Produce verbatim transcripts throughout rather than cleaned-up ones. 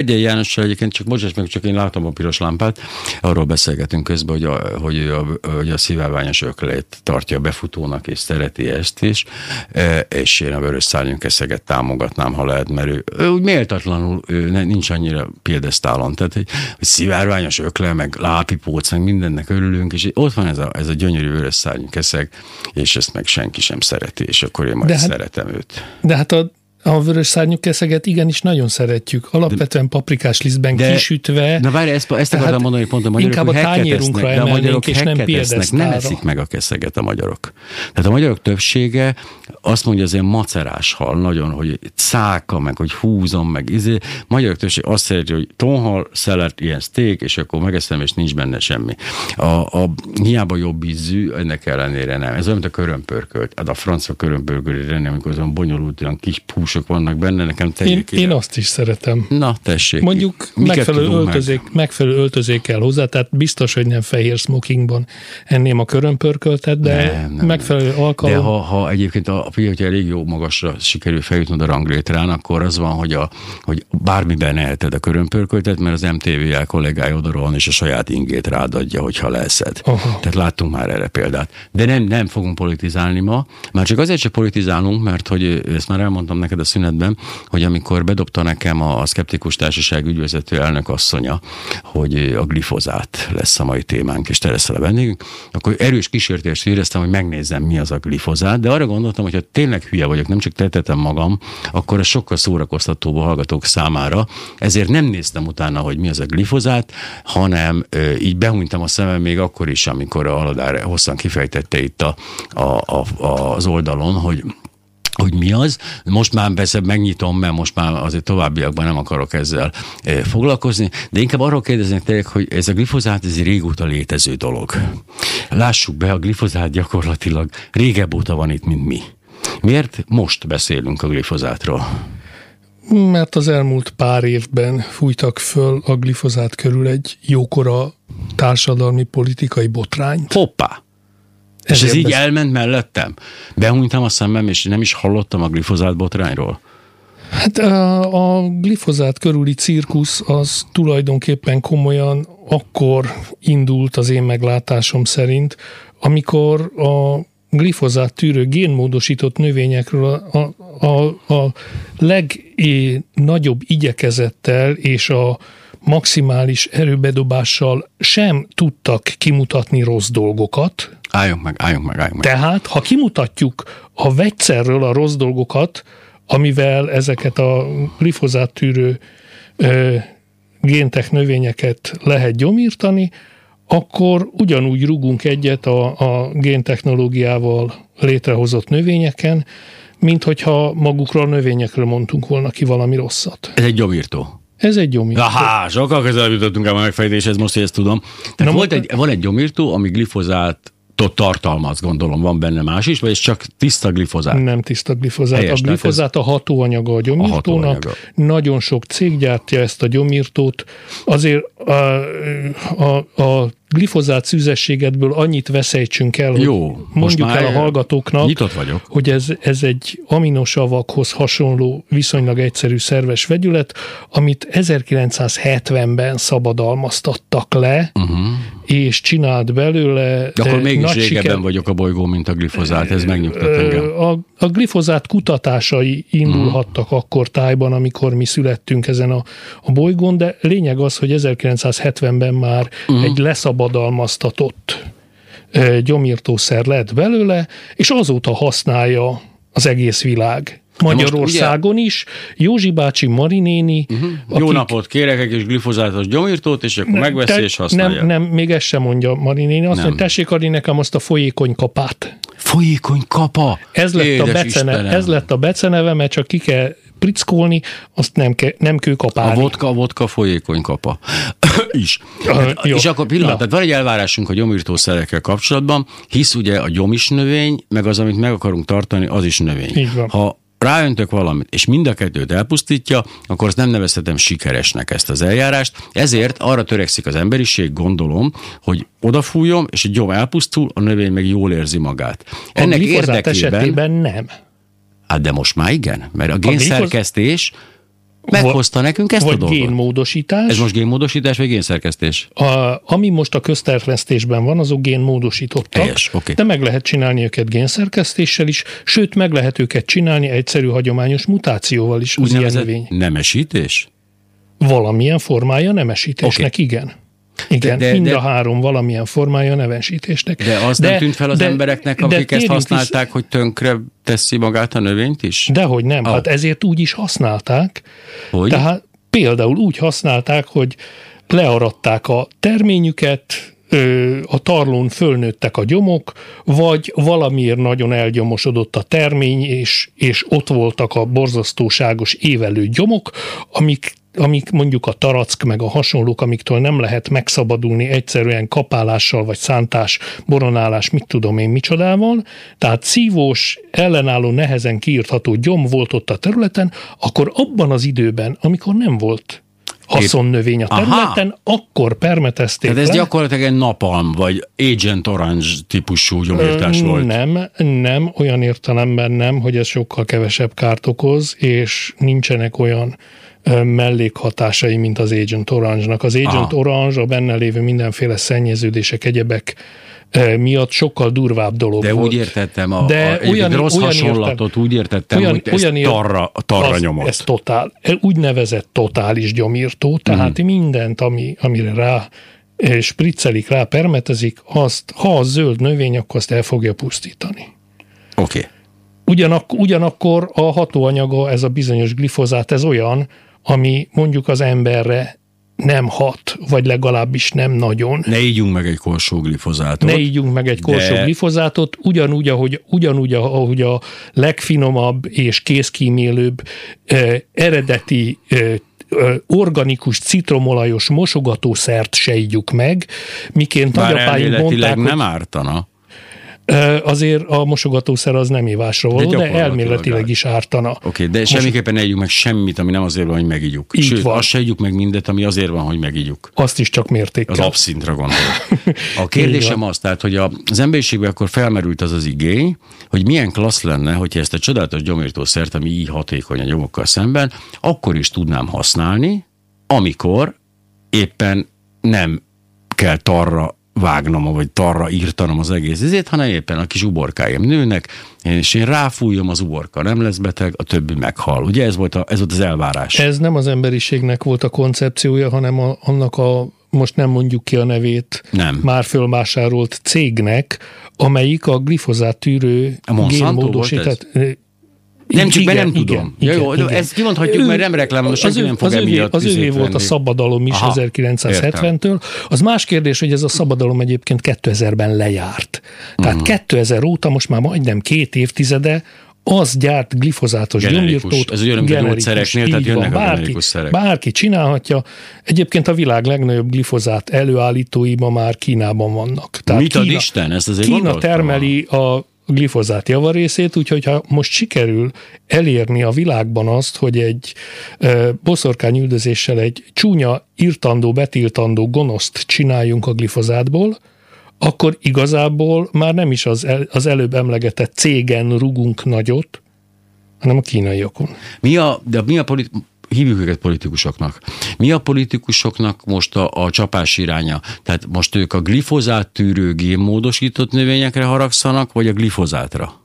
Egy Jánossal egyébként csak bocsáss meg, csak én látom a piros lámpát, arról beszélgetünk közben, hogy a, hogy a, hogy a szivárványos öklét tartja befutónak, és szereti ezt is, és én a vörös szárnyú keszeget támogatnám, ha lehet, mert ő, ő úgy méltatlanul ő nincs annyira piedesztálon, tehát hogy, hogy szivárványos ökle, meg lápipóc, meg mindennek örülünk, és ott van ez a, ez a gyönyörű vörös szárnyú keszeg, és ezt meg senki sem szereti, és akkor én majd hát, szeretem őt. De hát a A vörös szárnyú keszeget igenis nagyon szeretjük. Alapvetően paprikás lisztben de, kisütve. Na várj, ezt, ezt akartam mondani, hogy pont a magyarok inkább a tányérunkra emelnénk, és nem piedesztálra. Nem eszik meg a keszeget a magyarok. Tehát a magyarok többsége azt mondja, az ilyen macerás hal nagyon, hogy száka, meg hogy húzom, meg izé. Magyarok többsége azt szereti, hogy tonhal, szelet, ilyen steak, és akkor megeszem, és nincs benne semmi. A, a hiába jobb ízű, ennek ellenére nem. Ez olyan, mint a körömpörkölt. Hát a francia körömpörkölére nem, amikor azon bonyolult, olyan kis pús vannak benne, nekem én, én azt is szeretem. Na, tessék. Mondjuk megfelelő öltözék, megfelelő öltözék kell hozzá, tehát biztos, hogy nem fehér smokingban enném a körömpörköltet, de nem, nem, megfelelő nem. alkalom. De ha, ha egyébként, a, hogyha elég jó magasra sikerül feljutnod a ranglétrán, akkor az van, hogy, a, hogy bármiben eheted a körömpörköltet, mert az em té vé el kollégája odarohan, és a saját ingét rád adja, hogyha leszed. Aha. Tehát láttunk már erre példát. De nem, nem fogunk politizálni ma. Már csak azért sem politizálunk, mert hogy ezt már elmondtam neked a szünetben, hogy amikor bedobta nekem a, a Szkeptikus Társaság ügyvezető elnök asszonya, hogy a glifozát lesz a mai témánk, és te leszel a vendégünk, akkor erős kísértést éreztem, hogy megnézzem, mi az a glifozát, de arra gondoltam, hogy ha tényleg hülye vagyok, nem csak tettetem magam, akkor ez sokkal szórakoztatóbb a hallgatók számára, ezért nem néztem utána, hogy mi az a glifozát, hanem ö, így behúnytam a szemem még akkor is, amikor a Aladár hosszan kifejtette itt a, a, a, az oldalon, hogy hogy mi az. Most már persze megnyitom, mert most már azért továbbiakban nem akarok ezzel foglalkozni, de inkább arról kérdeznek tényleg, hogy ez a glifozát, ez egy régóta létező dolog. Lássuk be, a glifozát gyakorlatilag régebb óta van itt, mint mi. Miért most beszélünk a glifozátról? Mert az elmúlt pár évben fújtak föl a glifozát körül egy jókora társadalmi politikai botrányt. Hoppá! És ez így besz... elment mellettem? Behúnytam a szemem, és nem is hallottam a glifozát botrányról? Hát a, a glifozát körüli cirkusz az tulajdonképpen komolyan akkor indult az én meglátásom szerint, amikor a glifozát tűrő génmódosított növényekről a, a, a, a legnagyobb igyekezettel és a maximális erőbedobással sem tudtak kimutatni rossz dolgokat. Álljunk meg, álljunk meg, álljunk meg. Tehát, ha kimutatjuk a vegyszerről a rossz dolgokat, amivel ezeket a glifozát tűrő ö, géntek növényeket lehet gyomírtani, akkor ugyanúgy rugunk egyet a, a géntechnológiával létrehozott növényeken, mint hogyha magukról a növényekről mondtunk volna ki valami rosszat. Ez egy gyomírtó. Ez egy gyomírtó. Aha, sokkal közelebb jutottunk el a megfejtéshez, most, hogy ezt tudom. Tehát volt egy, van egy gyomírtó, ami glifozát tartalmaz, gondolom, van benne más is, vagy ez csak tiszta glifozát? Nem tiszta glifozát. Helyes, a glifozát a hatóanyaga a gyomírtónak. A hatóanyaga. Nagyon sok cég gyártja ezt a gyomírtót. Azért a, a, a glifozát szűzességedből annyit veszejtsünk el, jó, hogy mondjuk el a hallgatóknak, nyitott vagyok. hogy ez, ez egy aminosavakhoz hasonló, viszonylag egyszerű szerves vegyület, amit ezerkilencszázhetvenben szabadalmaztattak le, uh-huh. és csinált belőle. De akkor mégis régebben siker... vagyok a bolygó, mint a glifozát, ez megnyugtat engem. A, a glifozát kutatásai indulhattak uh-huh. akkor tájban, amikor mi születtünk ezen a, a bolygón, de lényeg az, hogy ezerkilencszázhetvenben már uh-huh. egy leszabadalmaztatott e, gyomírtószer lett belőle, és azóta használja az egész világ. Magyarországon ugye... is, Józsi bácsi, Mari néni. Uh-huh. Akik... Jó napot kérek, egy kis glifozátos gyomírtót, és akkor megveszi te, és használja. Nem, nem, még ezt sem mondja Mari néni. Azt mondja, tessék adni nekem azt a folyékony kapát. Folyékony kapa? Ez lett, a becene, ez lett a beceneve, mert csak ki kell prickolni, azt nem, ke, nem kő kapálni. A vodka, a vodka folyékony kapa. is. Hát, és akkor pillanat, tehát van egy elvárásunk a gyomírtószerekkel kapcsolatban, hisz ugye a gyomis növény, meg az, amit meg akarunk tartani, az is növény. Ha ráöntök valamit, és mind a kettőt elpusztítja, akkor azt nem nevezhetem sikeresnek ezt az eljárást. Ezért arra törekszik az emberiség, gondolom, hogy odafújjon, és egy gyom elpusztul, a növény meg jól érzi magát. A ennek érdekében esetében nem. Hát de most már igen, mert a génszerkesztés Meghozta nekünk ezt vagy a dolgot. génmódosítás. Ez most génmódosítás, vagy génszerkesztés? A, ami most a közterjesztésben van, azok génmódosítottak. Helyes, okay. De meg lehet csinálni őket génszerkesztéssel is, sőt, meg lehet őket csinálni egyszerű hagyományos mutációval is. Úgynevezett nemesítés? Valamilyen formája nemesítésnek, okay. igen. Igen, de, de, mind a három valamilyen formája nevesítésnek. De az de, nem tűnt fel az de, embereknek, akik ezt használták, visz... hogy tönkre teszi magát a növényt is? Dehogy nem, ah. hát ezért úgy is használták. Hogy? Tehát például úgy használták, hogy learadták a terményüket, a tarlón fölnőttek a gyomok, vagy valamiért nagyon elgyomosodott a termény, és, és ott voltak a borzasztóságos évelő gyomok, amik amik mondjuk a tarack meg a hasonlók, amiktől nem lehet megszabadulni egyszerűen kapálással, vagy szántás, boronálás, mit tudom én micsodával, tehát szívós, ellenálló, nehezen kiírtható gyom volt ott a területen, akkor abban az időben, amikor nem volt haszonnövény a területen, aha. akkor permetezték Tehát ez le. gyakorlatilag egy napalm, vagy Agent Orange típusú gyomírtás volt. Nem, nem, olyan értelemben nem, hogy ez sokkal kevesebb kárt okoz, és nincsenek olyan mellékhatásai, mint az Agent Orange-nak. Az Agent Aha. Orange, a benne lévő mindenféle szennyeződések, egyebek miatt sokkal durvább dolog De volt. úgy értettem, a, De a, olyan, rossz olyan hasonlatot, értem, úgy értettem, olyan, hogy olyan ez tarra, tarra az, nyomott. Ez totál, úgynevezett totális gyomírtó, tehát mm. mindent, ami, amire rá spriccelik, rá permetezik, azt, ha az zöld növény, akkor azt el fogja pusztítani. Oké. Okay. Ugyanak, ugyanakkor a hatóanyaga, ez a bizonyos glifozát, ez olyan, ami mondjuk az emberre nem hat, vagy legalábbis nem nagyon. Ne ígyunk meg egy korsó glifozátot. Ne ígyunk meg egy korsó de... glifozátot, ugyanúgy, ahogy, ugyanúgy, ahogy a legfinomabb és kézkímélőbb eh, eredeti eh, organikus citromolajos mosogatószert se ígyjuk meg, miként nagyapáink mondták, nem ártana. Azért a mosogatószer az nem ívásra való, de, de elméletileg is ártana. Oké, okay, de Most... semmiképpen ne ígyjuk meg semmit, ami nem azért van, hogy megígyjuk. Így Sőt, van. azt se ígyjuk meg mindet, ami azért van, hogy megígyjuk. Azt is csak mértékkel. Az abszintra gondolok. A kérdésem az, tehát, hogy az emberiségben akkor felmerült az az igény, hogy milyen klassz lenne, hogyha ezt a csodálatos gyomírtószert, ami így hatékony a gyomokkal szemben, akkor is tudnám használni, amikor éppen nem kell tarra vágnom, vagy tarra írtanom az egész ezért, hanem éppen a kis uborkáim nőnek, és én ráfújom, az uborka nem lesz beteg, a többi meghal. Ugye ez volt, a, ez volt az elvárás. Ez nem az emberiségnek volt a koncepciója, hanem a, annak a, most nem mondjuk ki a nevét, nem. már fölvásárolt cégnek, amelyik a glifozát tűrő génmódosított. Nem, csak igen, be nem tudom. Igen, ja, jó, igen. Ezt kimondhatjuk, ő, mert nem reklámozom, senki nem fog az emiatt Az övé volt a szabadalom is Aha, ezerkilencszázhetventől. Az más kérdés, hogy ez a szabadalom egyébként kétezerben lejárt. Tehát mm. kétezer óta, most már majdnem két évtizede, az gyárt glifozátos gyomírtót. Ez olyan, mint a gyógyszereknél, tehát jönnek van, a generikus szerek. Bárki csinálhatja. Egyébként a világ legnagyobb glifozát előállítói ma már Kínában vannak. Tehát Mit Kína, ad Isten? Ezt azért Kína termeli a glifozát javarészét, úgyhogy ha most sikerül elérni a világban azt, hogy egy e, boszorkányüldözéssel egy csúnya, írtandó, betiltandó gonoszt csináljunk a glifozátból, akkor igazából már nem is az, el, az előbb emlegetett cégen rugunk nagyot, hanem a kínaiakon. Mi a, de mi a politi- hívjuk őket politikusoknak. Mi a politikusoknak most a, a csapás iránya? Tehát most ők a glifozát tűrő génmódosított növényekre haragszanak, vagy a glifozátra?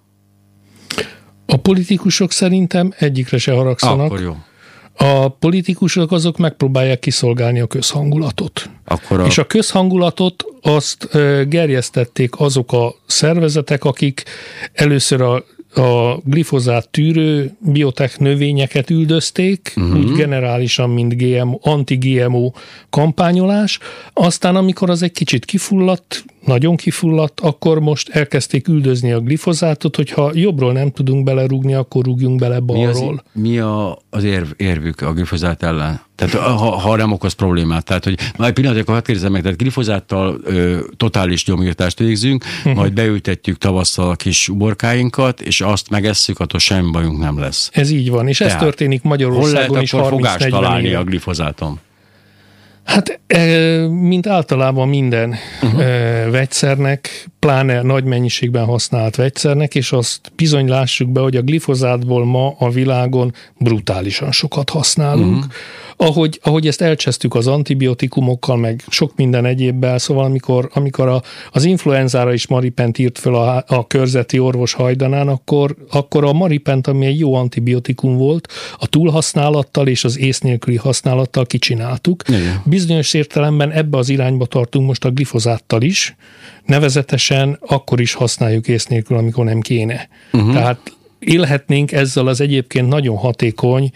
A politikusok szerintem egyikre se haragszanak. Akkor jó. A politikusok azok megpróbálják kiszolgálni a közhangulatot. Akkor a... És a közhangulatot azt gerjesztették azok a szervezetek, akik először a a glifozát tűrő biotech növényeket üldözték, uh-huh. úgy generálisan, mint gé em o, anti-gé em o kampányolás, aztán amikor az egy kicsit kifulladt, nagyon kifulladt, akkor most elkezdték üldözni a glifozátot, hogyha jobbról nem tudunk belerúgni, akkor rúgjunk bele balról. Mi az, mi a, az érv, érvük a glifozát ellen? Tehát ha, ha nem okoz problémát. Tehát, hogy majd pillanatok, hadd kérdezzem meg, tehát glifozáttal ö, totális gyomírtást végzünk, uh-huh. majd beültetjük tavasszal a kis uborkáinkat, és azt megesszük, attól semmi bajunk nem lesz. Ez így van, és tehát, ez történik Magyarországon is harminc-negyven hol lehet akkor fogást találni éve. a glifozáton? Hát, mint általában minden uh-huh. vegyszernek, pláne nagy mennyiségben használt vegyszernek, és azt bizony lássuk be, hogy a glifozátból ma a világon brutálisan sokat használunk. Uh-huh. Ahogy, ahogy ezt elcsesztük az antibiotikumokkal, meg sok minden egyébbel, szóval amikor, amikor a, az influenzára is maripent írt föl a, a körzeti orvos hajdanán, akkor, akkor a maripent, ami egy jó antibiotikum volt, a túlhasználattal és az ész nélküli használattal kicsináltuk. Igen. Bizonyos értelemben ebbe az irányba tartunk most a glifozáttal is, nevezetesen akkor is használjuk ész nélkül, amikor nem kéne. Uh-huh. Tehát élhetnénk ezzel az egyébként nagyon hatékony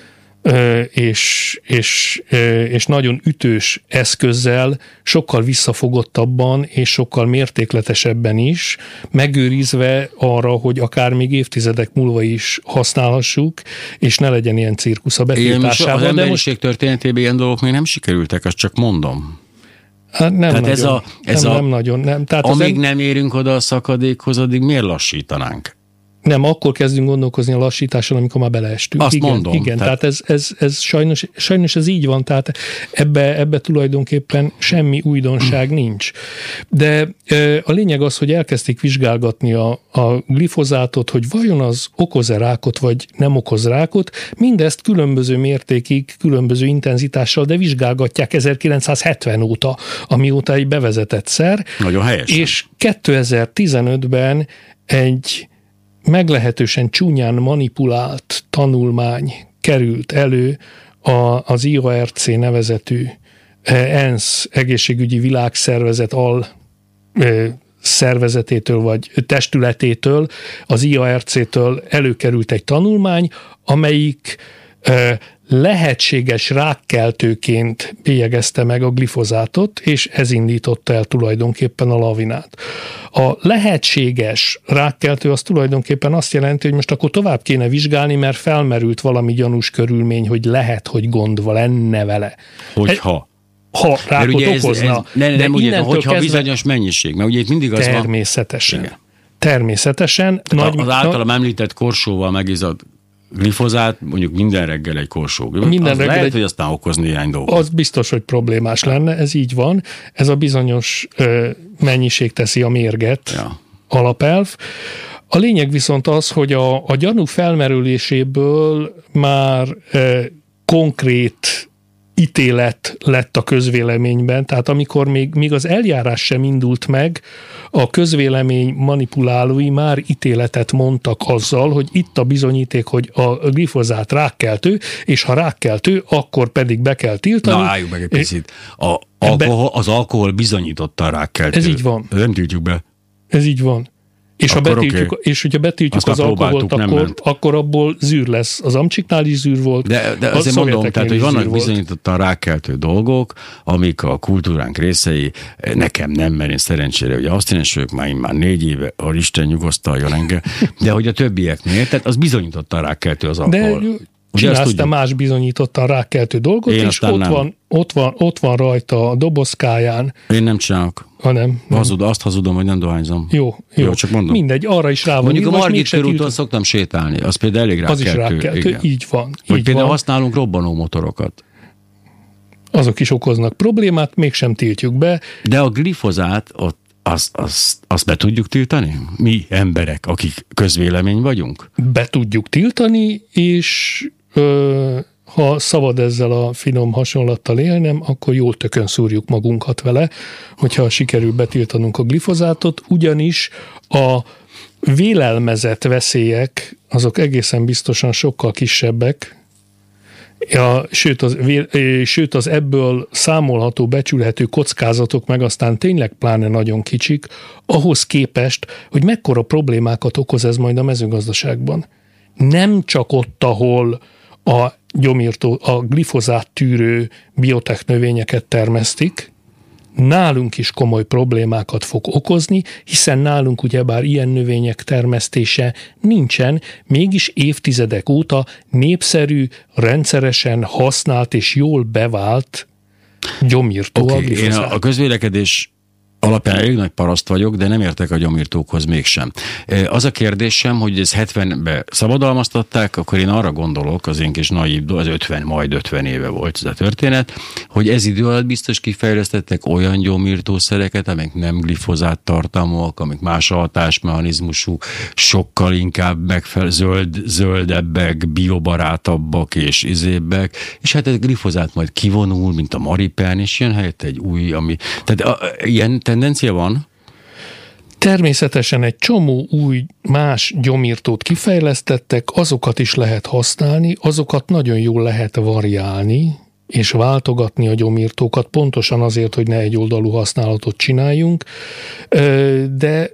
és, és, és nagyon ütős eszközzel, sokkal visszafogottabban és sokkal mértékletesebben is, megőrizve arra, hogy akár még évtizedek múlva is használhassuk, és ne legyen ilyen cirkusz a betiltásával. Az emberiség most... történetében ilyen dolgok még nem sikerültek, azt csak mondom. Hát nem Tehát nagyon. Ez a, ez nem, a, nem nagyon. Nem. Tehát amíg em... nem érünk oda a szakadékhoz, addig miért lassítanánk? Nem, akkor kezdünk gondolkozni a lassításon, amikor már beleestünk. Azt igen, mondom. Igen, tehát, tehát ez, ez, ez sajnos, sajnos ez így van, tehát ebbe, ebbe tulajdonképpen semmi újdonság nincs. De a lényeg az, hogy elkezdték vizsgálgatni a, a glifozátot, hogy vajon az okoz-e rákot, vagy nem okoz rákot. Mindezt különböző mértékig, különböző intenzitással, de vizsgálgatják ezerkilencszázhetven óta, amióta egy bevezetett szer. Nagyon helyesen. És kétezer-tizenötben egy meglehetősen csúnyán manipulált tanulmány került elő az i á er cé nevezetű ENSZ egészségügyi világszervezet al szervezetétől vagy testületétől, az i á er cé-től előkerült egy tanulmány, amelyik lehetséges rákkeltőként bélyegezte meg a glifozátot, és ez indította el tulajdonképpen a lavinát. A lehetséges rákkeltő az tulajdonképpen azt jelenti, hogy most akkor tovább kéne vizsgálni, mert felmerült valami gyanús körülmény, hogy lehet, hogy gond lenne vele. Hogyha? Ha rákot ugye ez, okozna. Ez, ne, de nem ugye, hogyha kezdve, bizonyos mennyiség, mert ugye itt mindig az természetesen. van... Természetesen. Nagy, az általam említett korsóval megizadt glifozát, mondjuk minden reggel egy korsó. Minden az reggel lehet, egy, hogy aztán okoz néhány dolgot. Az biztos, hogy problémás ja. lenne, ez így van. Ez a bizonyos ö, mennyiség teszi a mérget ja. alapelv. A lényeg viszont az, hogy a, a gyanú felmerüléséből már ö, konkrét ítélet lett a közvéleményben, tehát amikor még, még az eljárás sem indult meg, a közvélemény manipulálói már ítéletet mondtak azzal, hogy itt a bizonyíték, hogy a glifozát rákkeltő, és ha rákkeltő, akkor pedig be kell tiltani. Na, álljuk meg egy picit. A alkohol, az alkohol bizonyította a rákkeltő. Ez így van. Nem tiltjuk be. Ez így van. És, ha betiltjuk, okay. és hogyha betiltjuk az alkoholt, akkor, akkor abból zűr lesz. Az amcsiknál is zűr volt. De, de azért mondom, tehát, hogy vannak bizonyítottan rákkeltő dolgok, amik a kultúránk részei, nekem nem, mert én szerencsére, hogy asztinens vagyok, már én már négy éve, ha Isten nyugosztaljon engem, de hogy a többieknél, tehát az bizonyítottan rákkeltő az alkohol. De csinálsz te más bizonyítottan rákkeltő dolgot, én és ott van, ott, van, ott van rajta a dobozkáján. Én nem csinálok. Ha nem, nem. Hazud, azt hazudom, hogy nem dohányzom. Jó, jó. jó csak mondom. Mindegy, arra is rá van. Mondjuk a Margit körúton szoktam sétálni, az például elég rákkeltő. Az is rákkeltő, igen. Így van. Vagy így például van. használunk robbanó motorokat. Azok is okoznak problémát, mégsem tiltjuk be. De a glifozát, ott azt, azt, azt be tudjuk tiltani? Mi emberek, akik közvélemény vagyunk? Be tudjuk tiltani, és ö, ha szabad ezzel a finom hasonlattal élnem, akkor jól tökön szúrjuk magunkat vele, hogyha sikerül betiltanunk a glifozátot, ugyanis a vélelmezett veszélyek, azok egészen biztosan sokkal kisebbek, ja, sőt, az, sőt az ebből számolható, becsülhető kockázatok meg aztán tényleg pláne nagyon kicsik, ahhoz képest, hogy mekkora problémákat okoz ez majd a mezőgazdaságban. Nem csak ott, ahol a gyomírtó, a glifozát tűrő biotech növényeket termesztik, nálunk is komoly problémákat fog okozni, hiszen nálunk ugyebár ilyen növények termesztése nincsen, mégis évtizedek óta népszerű, rendszeresen használt és jól bevált gyomírtó okay, a glifozát. Én a közvélekedés alapján elég nagy paraszt vagyok, de nem értek a gyomírtókhoz mégsem. Az a kérdésem, hogy ez hetvenben szabadalmaztatták, akkor én arra gondolok, az én kis naív, az ötven, majd ötven éve volt ez a történet, hogy ez idő alatt biztos kifejlesztettek olyan gyomírtószereket, amik nem glifozát tartalmúak, amik más hatásmechanizmusú, sokkal inkább megfelel, zöld, zöldebbek, biobarátabbak és izébbek, és hát ez glifozát majd kivonul, mint a maripán, és jön helyett egy új, ami... Tehát a, ilyen tendencia van? Természetesen egy csomó új más gyomírtót kifejlesztettek, azokat is lehet használni, azokat nagyon jól lehet variálni, és váltogatni a gyomírtókat, pontosan azért, hogy ne egy oldalú használatot csináljunk, de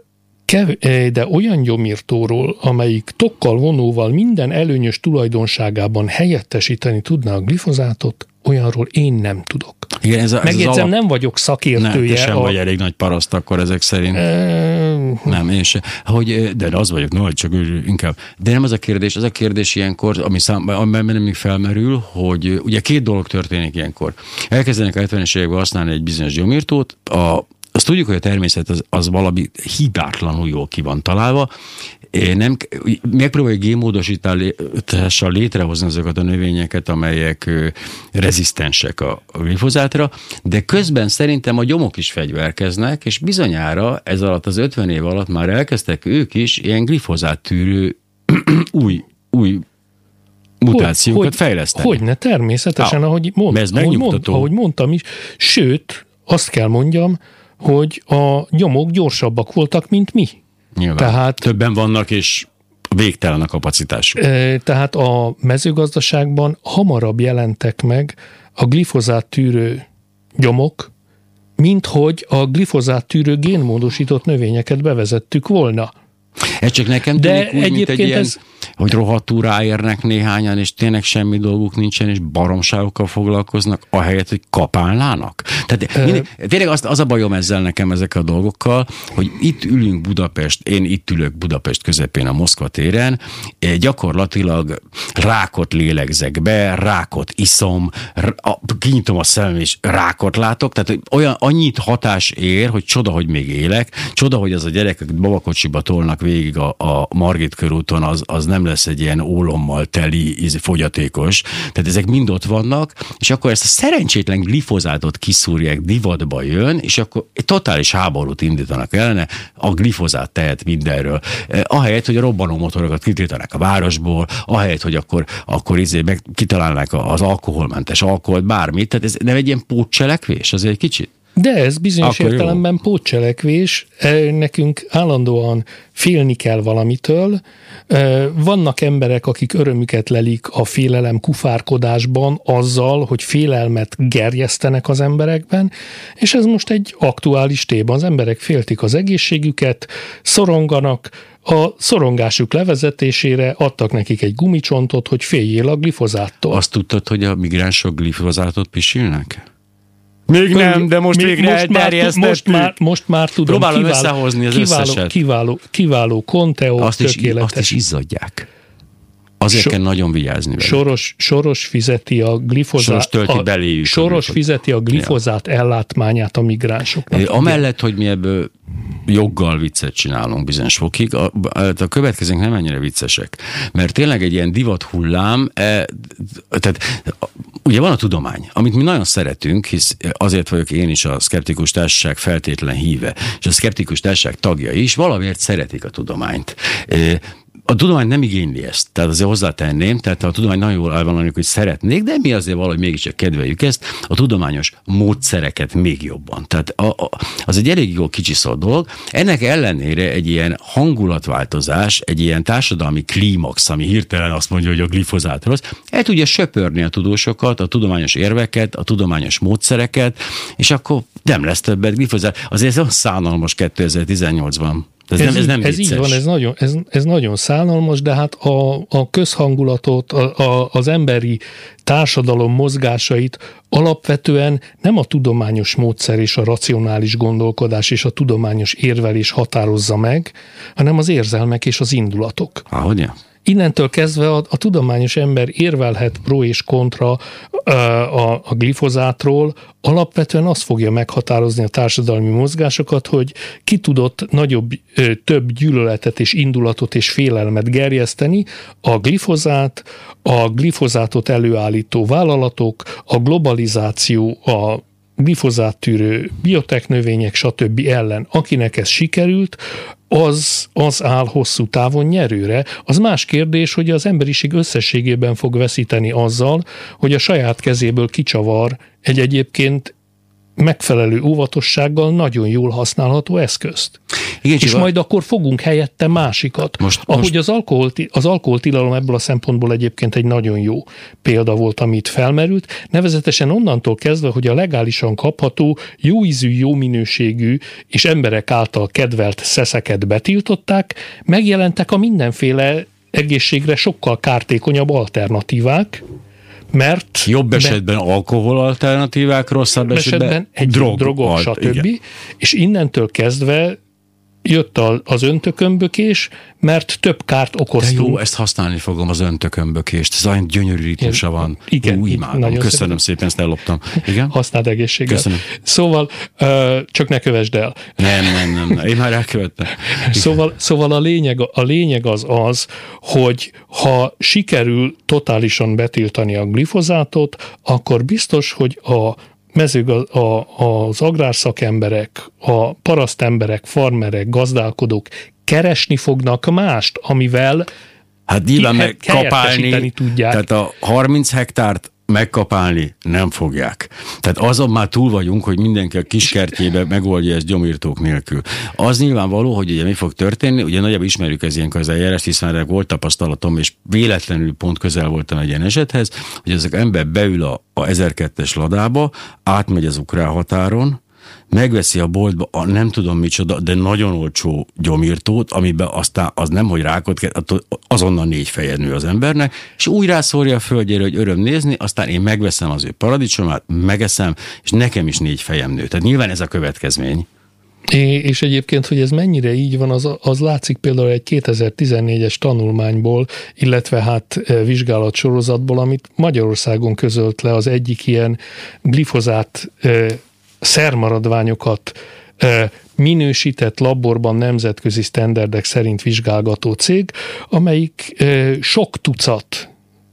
de olyan gyomírtóról, amelyik tokkal, vonóval minden előnyös tulajdonságában helyettesíteni tudná a glifozátot, olyanról én nem tudok. Igen, ez a, Megjegyzem, ez alap... nem vagyok szakértője. Nem, te sem a... vagy elég nagy paraszt akkor ezek szerint. E... Nem, én sem. Hogy, de az vagyok, no, csak inkább. De nem az a kérdés, az a kérdés ilyenkor, ami számban még felmerül, hogy ugye két dolog történik ilyenkor. Elkezdenek a hetvenes években használni egy bizonyos gyomírtót, a azt tudjuk, hogy a természet az, az valami hibátlanul jól ki van találva. Nem, megpróbáljuk génmódosítással létrehozni azokat a növényeket, amelyek rezisztensek a glifozátra, de közben szerintem a gyomok is fegyverkeznek, és bizonyára ez alatt az ötven év alatt már elkezdtek ők is ilyen glifozáttűrő új, új mutációkat hogy, fejleszteni. Hogyne, természetesen, ah, ahogy, mond, ahogy, mond, ahogy mondtam is, sőt, azt kell mondjam, hogy a nyomok gyorsabbak voltak, mint mi. Nyilván. Tehát, többen vannak, és végtelen a kapacitásuk. Tehát a mezőgazdaságban hamarabb jelentek meg a glifozát tűrő gyomok, mint hogy a glifozát tűrő génmódosított növényeket bevezettük volna. Ez csak nekem de tűnik úgy, mint egy ilyen, ez... hogy rohadtul ráérnek néhányan, és tényleg semmi dolguk nincsen, és baromságokkal foglalkoznak, ahelyett, hogy kapálnának. Tehát uh, mindig, tényleg az, az a bajom ezzel nekem ezekkel a dolgokkal, hogy itt ülünk Budapest, én itt ülök Budapest közepén a Moszkva téren, gyakorlatilag rákot lélegzek be, rákot iszom, kinyitom a szemem, és rákot látok, tehát olyan annyit hatás ér, hogy csoda, hogy még élek, csoda, hogy az a gyerek, akit babakocsiba tolnak végig a, a Margit körúton, az, az nem lesz egy ilyen ólommal teli fogyatékos. Tehát ezek mind ott vannak, és akkor ezt a szerencsétlen glifozátot kiszúrják, divatba jön, és akkor egy totális háborút indítanak ellene, a glifozát tehet mindenről. Ahelyett, hogy a robbanó motorokat kitiltanák a városból, ahelyett, hogy akkor, akkor izé meg kitalálnák az alkoholmentes alkoholt, bármit, tehát ez nem egy ilyen pótcselekvés, azért egy kicsit? De ez bizonyos akkor értelemben jó. Pótcselekvés, nekünk állandóan félni kell valamitől. Vannak emberek, akik örömüket lelik a félelem kufárkodásban azzal, hogy félelmet gerjesztenek az emberekben, és ez most egy aktuális téma. Az emberek féltik az egészségüket, szoronganak, a szorongásuk levezetésére adtak nekik egy gumicsontot, hogy féljél a glifozáttól. Azt tudtad, hogy a migránsok glifozátot pisilnek? Még nem, de most még végre elterjesztettük. Most már, most már tudom. Próbálom kiváló, összehozni az kiváló, összeset. Kiváló, kiváló Conteo, azt tökéletes. Is, azt is izzadják. Azért so, kell nagyon vigyázni velük. Soros, soros fizeti a glifozát. Soros tölti a, beléjük. Soros a fizeti a glifozát ja. ellátmányát a migránsoknak. Amellett, hogy mi ebből joggal viccet csinálunk bizonyos fokig, a, a következők nem ennyire viccesek. Mert tényleg egy ilyen divat hullám, e, tehát ugye van a tudomány, amit mi nagyon szeretünk, hisz azért vagyok én is a Szkeptikus Társaság feltétlen híve, és a Szkeptikus Társaság tagja is, valamiért szeretik a tudományt. E, A tudomány nem igényli ezt, tehát azért hozzátenném, tehát a tudomány nagyon jól el van annak, hogy szeretnék, de mi azért valahogy mégiscsak kedveljük ezt, a tudományos módszereket még jobban. Tehát a, a, az egy elég jó kicsiszolt dolog. Ennek ellenére egy ilyen hangulatváltozás, egy ilyen társadalmi klímax, ami hirtelen azt mondja, hogy a glifozát rossz, el tudja söpörni a tudósokat, a tudományos érveket, a tudományos módszereket, és akkor nem lesz többet glifozát. Azért ez szánalmas kétezer-tizennyolcban. Ez, ez, nem, ez, nem ez így van, ez nagyon, ez, ez nagyon szánalmas, de hát a, a közhangulatot, a, a, az emberi társadalom mozgásait alapvetően nem a tudományos módszer és a racionális gondolkodás és a tudományos érvelés határozza meg, hanem az érzelmek és az indulatok. Ahogy? innentől kezdve a, a tudományos ember érvelhet pro és kontra a, a, a glifozátról, alapvetően azt fogja meghatározni a társadalmi mozgásokat, hogy ki tudott nagyobb, több gyűlöletet és indulatot és félelmet gerjeszteni, a glifozát, a glifozátot előállító vállalatok, a globalizáció, a glifozáttűrő biotechnövények, stb. Ellen. Akinek ez sikerült, az, az áll hosszú távon nyerőre. Az más kérdés, hogy az emberiség összességében fog veszíteni azzal, hogy a saját kezéből kicsavar egy egyébként megfelelő óvatossággal nagyon jól használható eszközt. Igen, és majd a... akkor fogunk helyette másikat. Most, Ahogy most... az, alkohol, az alkoholtilalom ebből a szempontból egyébként egy nagyon jó példa volt, amit felmerült, nevezetesen onnantól kezdve, hogy a legálisan kapható, jó ízű, jó minőségű és emberek által kedvelt szeszeket betiltották, megjelentek a mindenféle egészségre sokkal kártékonyabb alternatívák, mert jobb esetben be, alkohol alternatívák, rosszabb esetben, esetben egy drog, drogok, alt, stb. Igen. És innentől kezdve jött az öntökönbökés, mert több kárt okoztunk. De jó, ezt használni fogom, az öntökönbökést. Ez olyan gyönyörű ritmusa van. Igen, Ú, imádom. Köszönöm szépen. szépen, ezt elloptam. Igen? Használd egészséggel. Köszönöm. Szóval, uh, csak ne kövesd el. Nem, nem, nem, nem. Én már elkövettem. Szóval, szóval a, lényeg, a lényeg az az, hogy ha sikerül totálisan betiltani a glifozátot, akkor biztos, hogy a mezőgaz, a, az agrárszakemberek, a parasztemberek, farmerek, gazdálkodók keresni fognak mást, amivel hát nyilván megkapálni tudják. Tehát a harminc hektárt megkapálni nem fogják. Tehát azon már túl vagyunk, hogy mindenki a kiskertjébe megoldja ezt gyomírtók nélkül. Az nyilvánvaló, hogy ugye mi fog történni, ugye nagyjából ismerjük ez ilyenkor az eljárást, hiszen volt tapasztalatom, és véletlenül pont közel voltam egy ilyen esethez, hogy az ember beül a, a ezerkettes ladába, átmegy az ukrán határon, megveszi a boltba a nem tudom micsoda, de nagyon olcsó gyomírtót, amiben aztán az nem, hogy rákot kell, azonnal négy fejed nő az embernek, és úgy rászórja a földjére, hogy öröm nézni, aztán én megveszem az ő paradicsomát, megeszem, és nekem is négy fejem nő. Tehát nyilván ez a következmény. É, és egyébként, hogy ez mennyire így van, az, az látszik például egy kétezer-tizennégyes tanulmányból, illetve hát vizsgálatsorozatból, amit Magyarországon közölt le az egyik ilyen glifozát szermaradványokat minősített laborban nemzetközi sztenderdek szerint vizsgálgató cég, amelyik sok tucat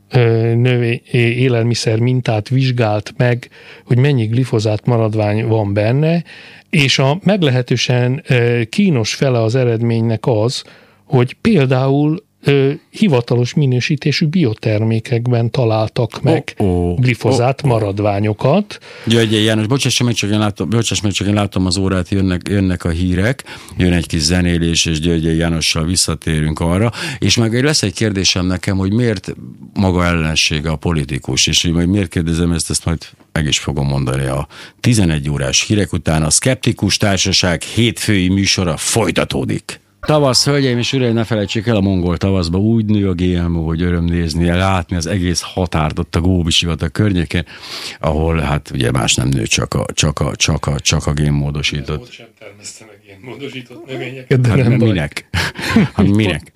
növény, élelmiszer mintát vizsgált meg, hogy mennyi glifozát maradvány van benne, és a meglehetősen kínos fele az eredménynek az, hogy például Ö, hivatalos minősítésű biotermékekben találtak meg oh, oh, glifozát oh, oh. maradványokat. György János, bocsáss meg, csak én látom, bocsáss meg, csak én látom az órát, jönnek, jönnek a hírek, jön egy kis zenélés, és György Jánossal visszatérünk arra, és meg lesz egy kérdésem nekem, hogy miért maga ellensége a politikus, és hogy majd miért kérdezem ezt, ezt majd meg is fogom mondani a tizenegy órás hírek után. A Szkeptikus Társaság hétfői műsora folytatódik. Tavasz, hölgyeim és uraim, ne felejtsék el, a mongol tavaszba úgy nő a gé em ó, hogy öröm nézni, látni az egész határt ott a Góbi sivatag környéken, ahol hát ugye más nem nő, csak a, csak a, csak a, csak a génmódosított. Ott sem termesztenek génmódosított növényeket, de hát nem minek? minek?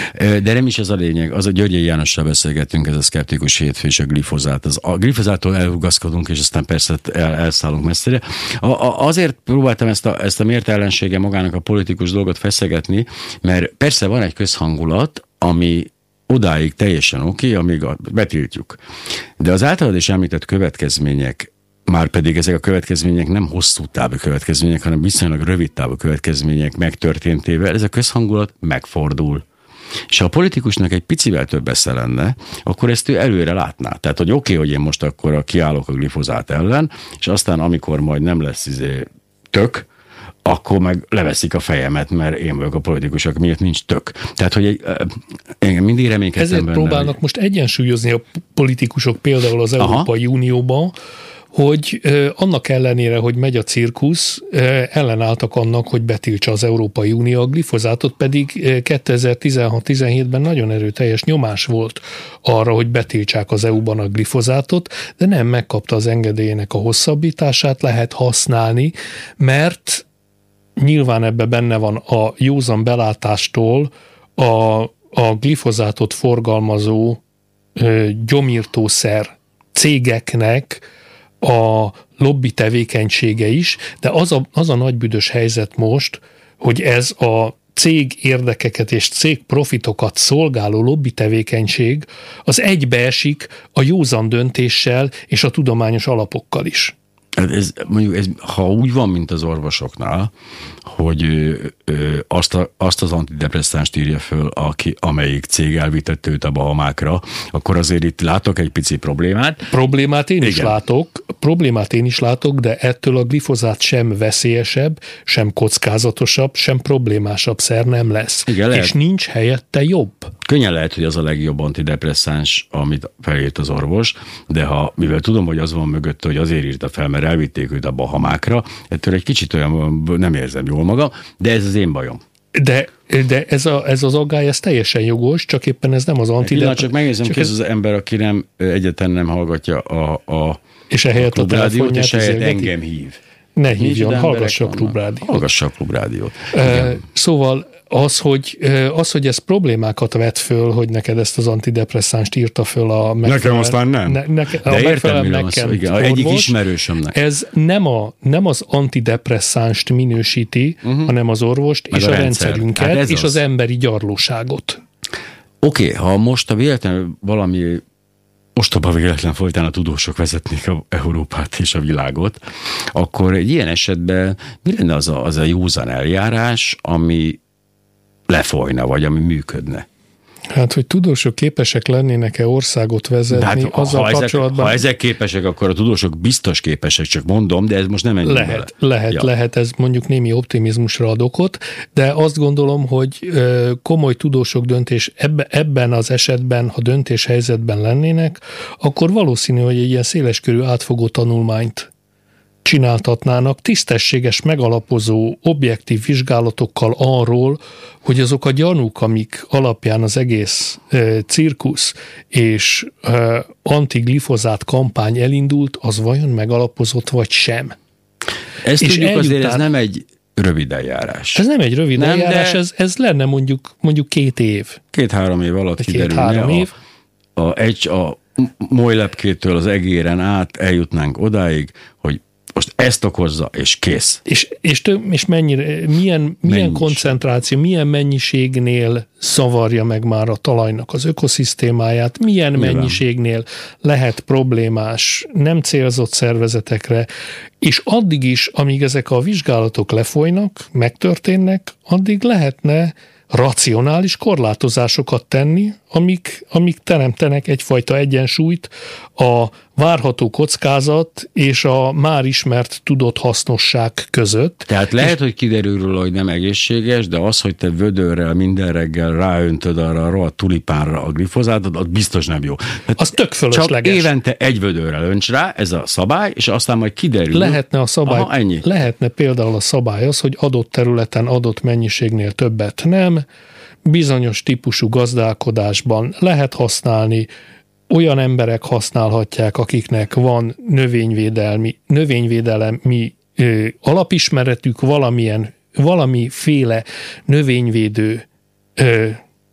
De nem is ez a lényeg, az a György Jánossal beszélgettünk, ez a Szkeptikus hétfő és a glifozát. Az, a glifozáttól elrugaszkodunk, és aztán persze el, elszállunk messzire. A, a, azért próbáltam ezt a, ezt a mért ellensége magának a politikus dolgot feszegetni, mert persze van egy közhangulat, ami odáig teljesen oké, okay, amíg a, betiltjuk. De az általad is említett következmények, már pedig ezek a következmények nem hosszú távú következmények, hanem viszonylag rövid távú következmények megtörténtével, ez a közhangulat megfordul. És ha a politikusnak egy picivel több esze lenne, akkor ezt ő előre látná. Tehát, hogy oké, okay, hogy én most akkor kiállok a glifozát ellen, és aztán amikor majd nem lesz izé tök, akkor meg leveszik a fejemet, mert én vagyok a politikusok miatt nincs tök. Tehát, hogy egy, engem mindig reménykedtem benne. Ezért próbálnak hogy... most egyensúlyozni a politikusok például az Európai Aha. Unióban, hogy eh, annak ellenére, hogy megy a cirkusz, eh, ellenálltak annak, hogy betiltsa az Európai Unió a glifozátot, pedig eh, kétezer-tizenhat-tizenhétben nagyon erőteljes nyomás volt arra, hogy betiltsák az é u-ban a glifozátot, de nem megkapta az engedélyének a hosszabbítását, lehet használni, mert nyilván ebbe benne van a józan belátástól a a glifozátot forgalmazó ö, gyomírtószer cégeknek a lobby tevékenysége is, de az a, az a nagybüdös helyzet most, hogy ez a cég érdekeket és cég profitokat szolgáló lobby tevékenység az egybeesik a józan döntéssel és a tudományos alapokkal is. Ez, mondjuk ez, ha úgy van, mint az orvosoknál, hogy ö, ö, azt, a, azt az antidepresszánst írja föl, aki, amelyik cég elvitett őt a Bahamákra, akkor azért itt látok egy pici problémát. Problémát én Igen. is látok, problémát én is látok, de ettől a glifozát sem veszélyesebb, sem kockázatosabb, sem problémásabb szer nem lesz. Igen, és nincs helyette jobb. Könnyen lehet, hogy az a legjobb antidepresszáns, amit felírt az orvos, de ha, mivel tudom, hogy az van mögött, hogy azért írta fel, mert elvitték őt a Bahamákra, ettől egy kicsit olyan nem érzem jól magam, de ez az én bajom. De, de ez, a, ez az aggály, ez teljesen jogos, csak éppen ez nem az antidepresszáns. Csak megnézem, ki ez az ember, aki nem, egyetlen nem hallgatja a, a, és ehelyett a, a klubrádiót, és ehelyett izélgeti. engem hív. Ne hívjon, hallgassa a klubrádiót. Hallgassa a klubrádiót. Uh, szóval az hogy, az, hogy ez problémákat vet föl, hogy neked ezt az antidepresszánst írta föl a megfelel... Nekem aztán nem. Ne, ne, de a értem, mire van szó. Igen, egyik ismerősömnek. Ez nem, a, nem az antidepresszánst minősíti, uh-huh. hanem az orvost meg és a, a rendszer. rendszerünket, hát és az. az emberi gyarlóságot. Oké, okay, ha most a véletlen valami ostoba véletlen folytán a tudósok vezetnék a Európát és a világot, akkor egy ilyen esetben mi lenne az a, az a józan eljárás, ami lefolyna, vagy ami működne? Hát, hogy tudósok képesek lennének-e országot vezetni, hát, azzal ha kapcsolatban... Ezek, ha ezek képesek, akkor a tudósok biztos képesek, csak mondom, de ez most nem ennyi Lehet, bele. lehet, ja. lehet, ez mondjuk némi optimizmusra ad okot, de azt gondolom, hogy komoly tudósok döntés ebbe, ebben az esetben, ha döntéshelyzetben lennének, akkor valószínű, hogy egy ilyen széleskörű átfogó tanulmányt csináltatnának tisztességes, megalapozó, objektív vizsgálatokkal arról, hogy azok a gyanúk, amik alapján az egész e, cirkusz és e, antiglifozát kampány elindult, az vajon megalapozott vagy sem. Ezt és tudjuk, eljután, azért ez nem egy rövid eljárás. Ez nem egy rövid nem, eljárás, de... ez, ez lenne mondjuk, mondjuk két év. Két-három év alatt kiderülne. Két-három év. A, a, egy, a molylepkétől az egéren át eljutnánk odáig, hogy most ezt okozza, és kész. És, és, több, és mennyire, milyen, milyen koncentráció, milyen mennyiségnél szavarja meg már a talajnak az ökoszisztémáját, milyen Nyilván. mennyiségnél lehet problémás, nem célzott szervezetekre, és addig is, amíg ezek a vizsgálatok lefolynak, megtörténnek, addig lehetne racionális korlátozásokat tenni, amik, amik teremtenek egyfajta egyensúlyt a várható kockázat és a már ismert tudott hasznosság között. Tehát lehet, és hogy kiderül róla, hogy nem egészséges, de az, hogy te vödörrel minden reggel ráöntöd arra a rohadt tulipánra a glifozátot, az biztos nem jó. Hát az tök fölösleges. Csak évente egy vödörrel önts rá, ez a szabály, és aztán majd kiderül. Lehetne a szabály, Aha, ennyi. Lehetne például a szabály az, hogy adott területen adott mennyiségnél többet nem, bizonyos típusú gazdálkodásban lehet használni, olyan emberek használhatják, akiknek van növényvédelmi, növényvédelemi ö, alapismeretük, valamilyen, valamiféle növényvédő ö,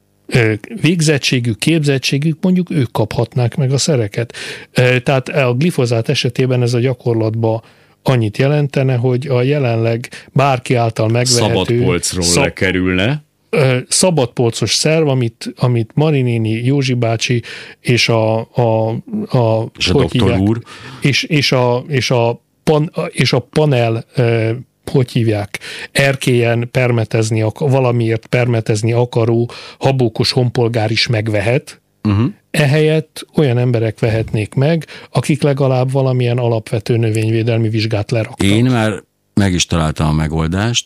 ö, végzettségük, képzettségük, mondjuk ők kaphatnák meg a szereket. Ö, tehát a glifozát esetében ez a gyakorlatban annyit jelentene, hogy a jelenleg bárki által megvehető... Szabad polcról szab- lekerülne. szabadpolcos szerv, amit, amit Marinéni, Józsi bácsi és a, a, a, és a doktor hívják, úr és, és, a, és, a pan, és a panel hogy hívják, erkélyen permetezni, valamiért permetezni akaró habókos honpolgár is megvehet. Uh-huh. Ehelyett olyan emberek vehetnék meg, akik legalább valamilyen alapvető növényvédelmi vizsgát leraktak. Én már meg is találtam a megoldást.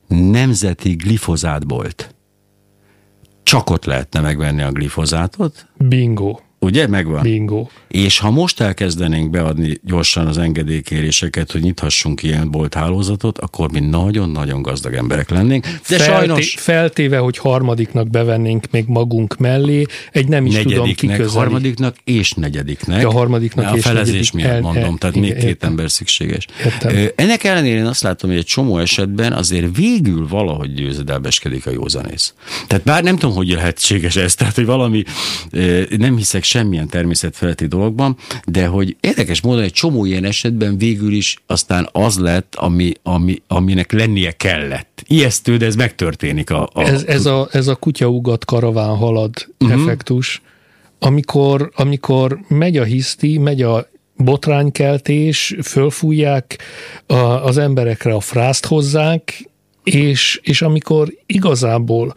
Nemzeti glifozátbolt. Csak ott lehetne megvenni a glifozátot. Bingo. Ugye? Megvan. Bingo. És ha most elkezdenénk beadni gyorsan az engedélykéréseket, hogy nyithassunk ilyen bolthálózatot, akkor mi nagyon-nagyon gazdag emberek lennénk. De Felté- sajnos... Feltéve, hogy harmadiknak bevennénk még magunk mellé, egy nem is tudom kiközelíteni. Harmadiknak és negyediknek. A harmadiknak a és felezés negyedik. miatt El, mondom, el, tehát igen, még két értem. ember szükséges. Értem. Ennek ellenére én azt látom, hogy egy csomó esetben azért végül valahogy győzedelmeskedik a józanész. Tehát bár nem tudom, hogy lehetséges ez, tehát hogy valami, nem hiszek semmilyen természetfeletti dologban, de hogy érdekes módon egy csomó ilyen esetben végül is aztán az lett, ami, ami, aminek lennie kellett. Ijesztő, de ez megtörténik. A, a... Ez, ez, a, ez a kutyaugat karaván halad uh-huh. effektus, amikor, amikor megy a hiszti, megy a botránykeltés, fölfújják, a, az emberekre a frászt hozzák, és, és amikor igazából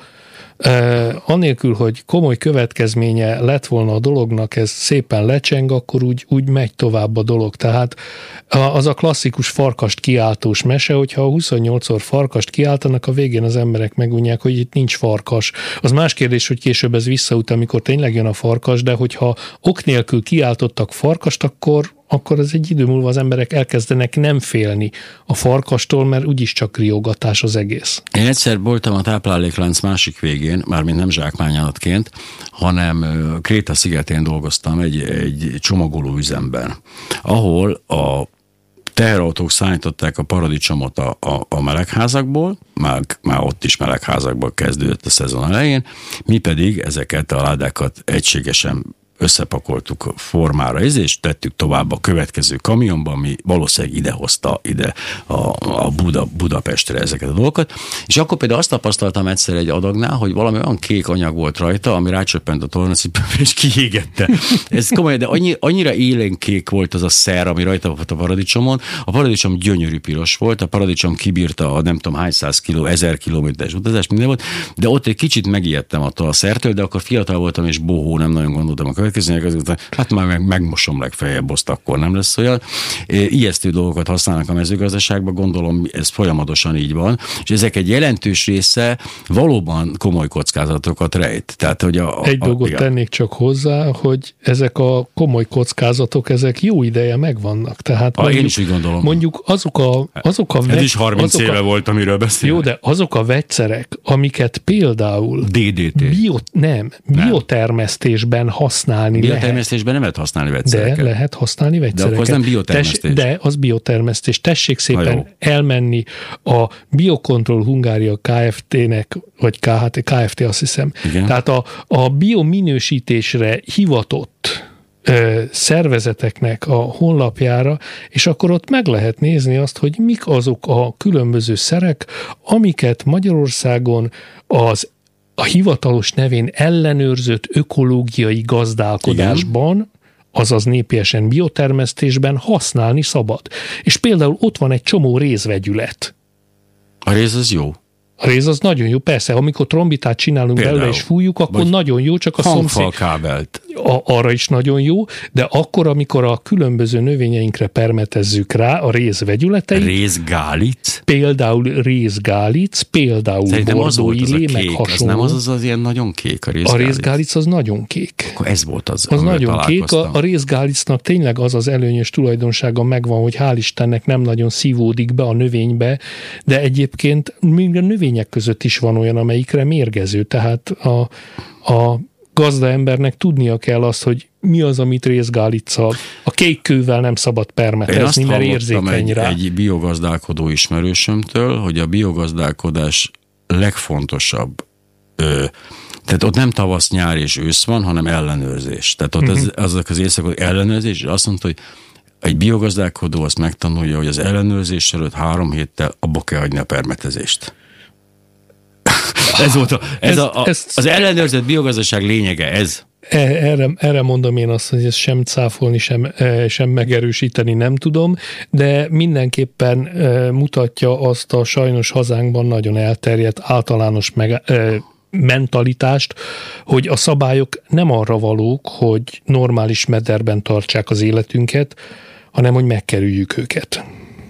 Uh, anélkül, hogy komoly következménye lett volna a dolognak, ez szépen lecseng, akkor úgy, úgy megy tovább a dolog. Tehát az a klasszikus farkast kiáltós mese, hogyha huszonnyolcszor farkast kiáltanak, a végén az emberek megunják, hogy itt nincs farkas. Az más kérdés, hogy később ez visszaút, amikor tényleg jön a farkas, de hogyha ok nélkül kiáltottak farkast, akkor akkor ez egy idő múlva az emberek elkezdenek nem félni a farkastól, mert úgyis csak riogatás az egész. Én egyszer voltam a tápláléklánc másik végén, mármint nem zsákmányalatként, hanem Kréta szigetén dolgoztam egy, egy csomagoló üzemben, ahol a teherautók szállították a paradicsomot a, a, a melegházakból, már, már ott is melegházakból kezdődött a szezon elején, mi pedig ezeket a ládákat egységesen összepakoltuk formára, és tettük tovább a következő kamionba, ami valószínűleg idehozta ide a, a Buda, Budapestre ezeket a dolgokat. És akkor például azt tapasztaltam egyszer egy adagnál, hogy valami olyan kék anyag volt rajta, ami rácsöppent a tornacipőbe, és kiégette. Ez komoly, de annyi, annyira élénk kék volt az a szer, ami rajta volt a paradicsomon. A paradicsom gyönyörű piros volt, a paradicsom kibírta a nem tudom hány száz kiló, ezer kilométeres utazás, minden volt, de ott egy kicsit megijedtem attól a szertől, de akkor fiatal voltam, és bohó, nem nagyon gondoltam a következőnek, azután, hát már meg, megmosom legfeljebb, azt akkor nem lesz olyan. Ijesztő dolgokat használnak a mezőgazdaságban, gondolom ez folyamatosan így van, és ezek egy jelentős része valóban komoly kockázatokat rejt. Tehát, hogy a, a, egy dolgot igen. tennék csak hozzá, hogy ezek a komoly kockázatok, ezek jó ideje megvannak. Tehát a, mondjuk, én is úgy gondolom. Mondjuk azok a, azok a Ez vegy, is harminc éve a, volt, amiről beszélünk. Jó, de azok a vegyszerek, amiket például dé dé té. Bio, nem, nem, biotermesztésben használni lehet. Biotermesztésben nem lehet használni vegyszereket. De lehet használni vegyszereket. De akkor az nem biotermesztés. Tess, de az biotermesztés. Tessék szépen elmenni a Biocontrol Hungária Kft-nek, vagy ká há té, ká ef té azt hiszem. Igen. Tehát a, a biominősítésre hivatott ö, szervezeteknek a honlapjára, és akkor ott meg lehet nézni azt, hogy mik azok a különböző szerek, amiket Magyarországon az a hivatalos nevén ellenőrzött ökológiai gazdálkodásban, igen, azaz népiesen biotermesztésben használni szabad. És például ott van egy csomó rézvegyület. A réz az jó. A réz az nagyon jó, persze, amikor trombitát csinálunk például belőle és fújjuk, akkor nagyon jó, csak a szomszéd... kábelt. A, arra is nagyon jó, de akkor, amikor a különböző növényeinkre permetezzük rá a rézvegyületeit... Rézgálic? Például rézgálic, például szerintem bordói lé, meg hasonló. Az nem az az, az ilyen nagyon kék a rézgálic? A rézgálic az nagyon kék. Akkor ez volt az, Az nagyon kék. A, a rézgálicnak tényleg az az előnyös tulajdonsága megvan, hogy hál' Istennek nem nagyon szívódik be a növénybe, de egyébként még a növények között is van olyan, amelyikre mérgező. Tehát a, a gazdaembernek tudnia kell azt, hogy mi az, amit rézgálicccal. A kék kővel nem szabad permetezni, mert érzékeny egy, rá. egy biogazdálkodó ismerősömtől, hogy a biogazdálkodás legfontosabb, ö, tehát ott nem tavasz, nyár és ősz van, hanem ellenőrzés. Tehát ott uh-huh. az, azok az éjszakok ellenőrzés, és azt mondta, hogy egy biogazdálkodó azt megtanulja, hogy az ellenőrzés előtt három héttel abba kell hagyni a permetezést. Ez volt a, ez ez, a, a, az ellenőrzött biogazdaság lényege, ez. Erre, erre mondom én azt, hogy ezt sem cáfolni, sem, sem megerősíteni nem tudom, de mindenképpen mutatja azt a sajnos hazánkban nagyon elterjedt általános meg, mentalitást, hogy a szabályok nem arra valók, hogy normális mederben tartsák az életünket, hanem hogy megkerüljük őket.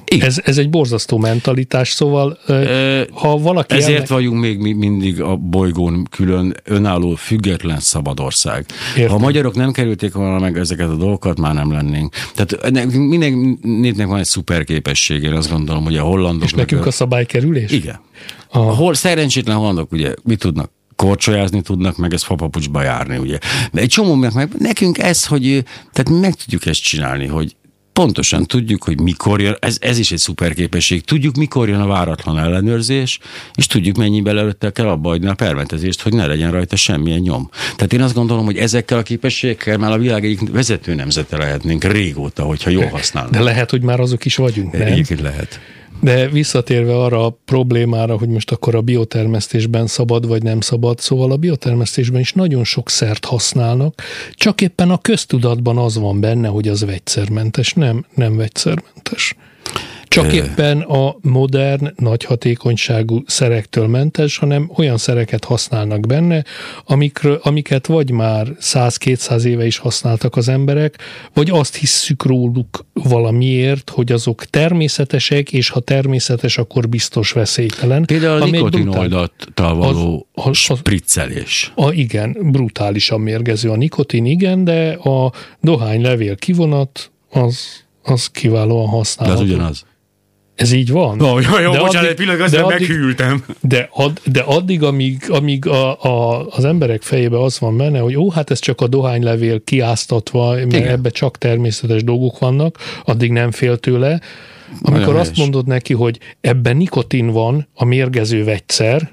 Ez, ez egy borzasztó mentalitás, szóval Ö, ha valaki... Ezért ennek... vagyunk még mi mindig a bolygón külön önálló, független szabad ország. Értem. Ha a magyarok nem kerülték volna meg ezeket a dolgokat, már nem lennénk. Tehát mindenkinek van egy szuper képesség, én azt gondolom, hogy a hollandok... És nekünk meg... a szabálykerülés? Igen. A hol, szerencsétlen hollandok ugye mit tudnak? Korcsolyázni tudnak, meg ez fapapucsba járni, ugye. De egy csomó meg, meg nekünk ez, hogy tehát meg tudjuk ezt csinálni, hogy pontosan tudjuk, hogy mikor jön, ez, ez is egy szuper képesség, tudjuk, mikor jön a váratlan ellenőrzés, és tudjuk, mennyiben előtte kell abba adni a permetezést, hogy ne legyen rajta semmilyen nyom. Tehát én azt gondolom, hogy ezekkel a képességekkel már a világ egyik vezető nemzete lehetnénk régóta, hogyha jól használnak. De lehet, hogy már azok is vagyunk, nem? Egyébként lehet. De visszatérve arra a problémára, hogy most akkor a biotermesztésben szabad vagy nem szabad, szóval a biotermesztésben is nagyon sok szert használnak, csak éppen a köztudatban az van benne, hogy az vegyszermentes, nem, nem vegyszermentes. Csak éppen a modern, nagy hatékonyságú szerektől mentes, hanem olyan szereket használnak benne, amikről, amiket vagy már száz-kétszáz éve is használtak az emberek, vagy azt hisszük róluk valamiért, hogy azok természetesek, és ha természetes, akkor biztos veszélytelen. Például a nikotinoldattal való az, az, spriccelés. A, igen, brutálisan mérgező a nikotin, igen, de a dohánylevél kivonat az, az kiválóan használható. De az ugyanaz. Ez így van? Ó, jó, jó, bocsánat, egy pillanat, aztán meghűltem. De, ad, de addig, amíg, amíg a, a, az emberek fejében az van benne, hogy ó, hát ez csak a dohánylevél kiáztatva, mert igen, ebbe csak természetes dolgok vannak, addig nem fél tőle. Amikor olyan azt helyes. Mondod neki, hogy ebben nikotin van, a mérgező vegyszer,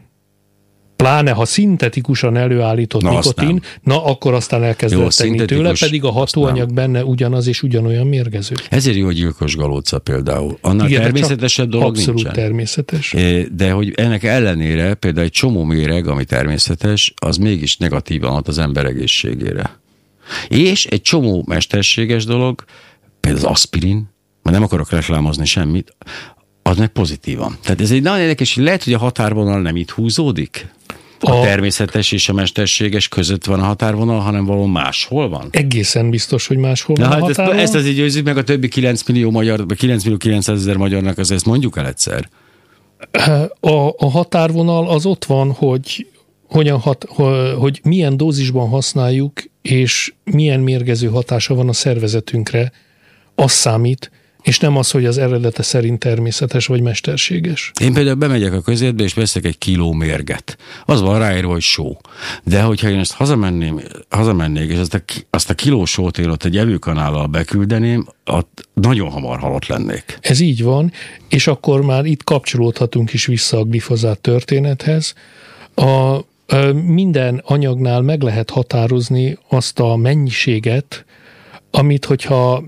pláne ha szintetikusan előállított na, nikotin, na akkor aztán elkezdett tenni tőle, pedig a hatóanyag benne ugyanaz és ugyanolyan mérgező. Ezért jó a gyilkos galóca például. Annál igen, természetesebb dolog abszolút nincsen. természetes. De hogy ennek ellenére például egy csomó méreg, ami természetes, az mégis negatívan hat az ember egészségére. És egy csomó mesterséges dolog, például az aspirin, mert nem akarok reklámozni semmit, az meg pozitívan. Tehát ez egy nagyon érdekes, hogy lehet, hogy a határvonal nem itt húzódik. A, a természetes és a mesterséges között van a határvonal, hanem valahol máshol van? Egészen biztos, hogy máshol na, van hát a határvonal. Ezt, ezt azért győzzük meg a többi kilenc millió magyar, kilenc millió kilencszázezer magyarnak, az ezt mondjuk el egyszer. A, a határvonal az ott van, hogy, hogyan hat, hogy milyen dózisban használjuk, és milyen mérgező hatása van a szervezetünkre, az számít, és nem az, hogy az eredete szerint természetes vagy mesterséges. Én például bemegyek a közértbe, és veszek egy kiló mérget. Az van ráírva, hogy só. De hogyha én ezt hazamenném, hazamennék, és azt a, azt a kiló sót én ott egy evőkanállal beküldeném, ott nagyon hamar halott lennék. Ez így van, és akkor már itt kapcsolódhatunk is vissza a glifozát történethez. A, a, minden anyagnál meg lehet határozni azt a mennyiséget, amit, hogyha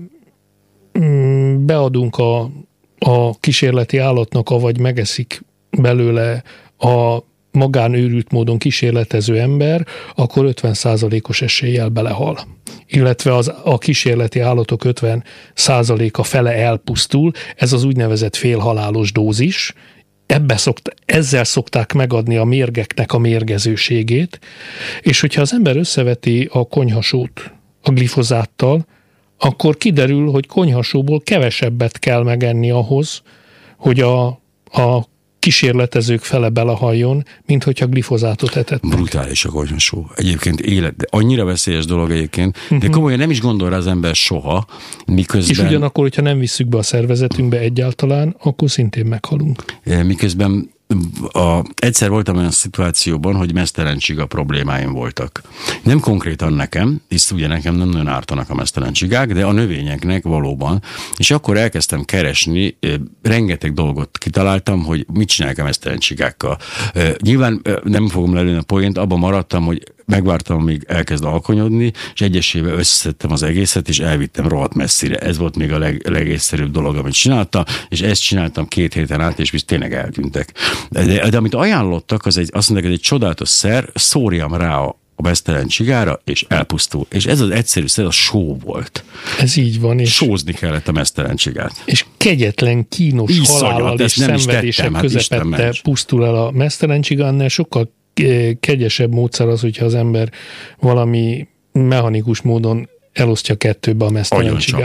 beadunk a, a kísérleti állatnak, avagy megeszik belőle a magánőrült módon kísérletező ember, akkor ötven százalékos eséllyel belehal. Illetve az, a kísérleti állatok ötven százaléka fele elpusztul, ez az úgynevezett félhalálos dózis. Ebbe szokt, ezzel szokták megadni a mérgeknek a mérgezőségét, és hogyha az ember összeveti a konyhasót a glifozáttal, akkor kiderül, hogy konyhasóból kevesebbet kell megenni ahhoz, hogy a, a kísérletezők fele belehaljon, mint hogyha glifozátot etettek. Brutális a konyhasó. Egyébként élet, de annyira veszélyes dolog egyébként, uh-huh. de komolyan nem is gondol rá az ember soha, miközben... És ugyanakkor, hogyha nem visszük be a szervezetünkbe egyáltalán, akkor szintén meghalunk. Miközben A, egyszer voltam olyan szituációban, hogy meztelen csiga problémáim voltak. Nem konkrétan nekem, hisz ugye nekem nem nagyon ártanak a meztelen csigák, de a növényeknek valóban. És akkor elkezdtem keresni, rengeteg dolgot kitaláltam, hogy mit csinálják a meztelen csigákkal. Nyilván nem fogom lelőni a poént, abban maradtam, hogy megvártam, amíg elkezd alkonyodni, és egyesével összeszedtem az egészet, és elvittem rohadt messzire. Ez volt még a leg, legészszerűbb dolog, amit csináltam, és ezt csináltam két héten át, és tényleg eltűntek. De, de amit ajánlottak, az egy, azt mondják, hogy egy csodálatos szer, szórjam rá a a meztelen csigára, és elpusztul. És ez az egyszerű szer, az só volt. Ez így van. És sózni kellett a meztelen csigát. És kegyetlen, kínos Iszonyat, halállal és szenvedések tettem, közepette hát pusztul el a meztelen csiga, annál sokkal kegyesebb módszer az, hogyha az ember valami mechanikus módon elosztja kettőbe a meztelen csigát.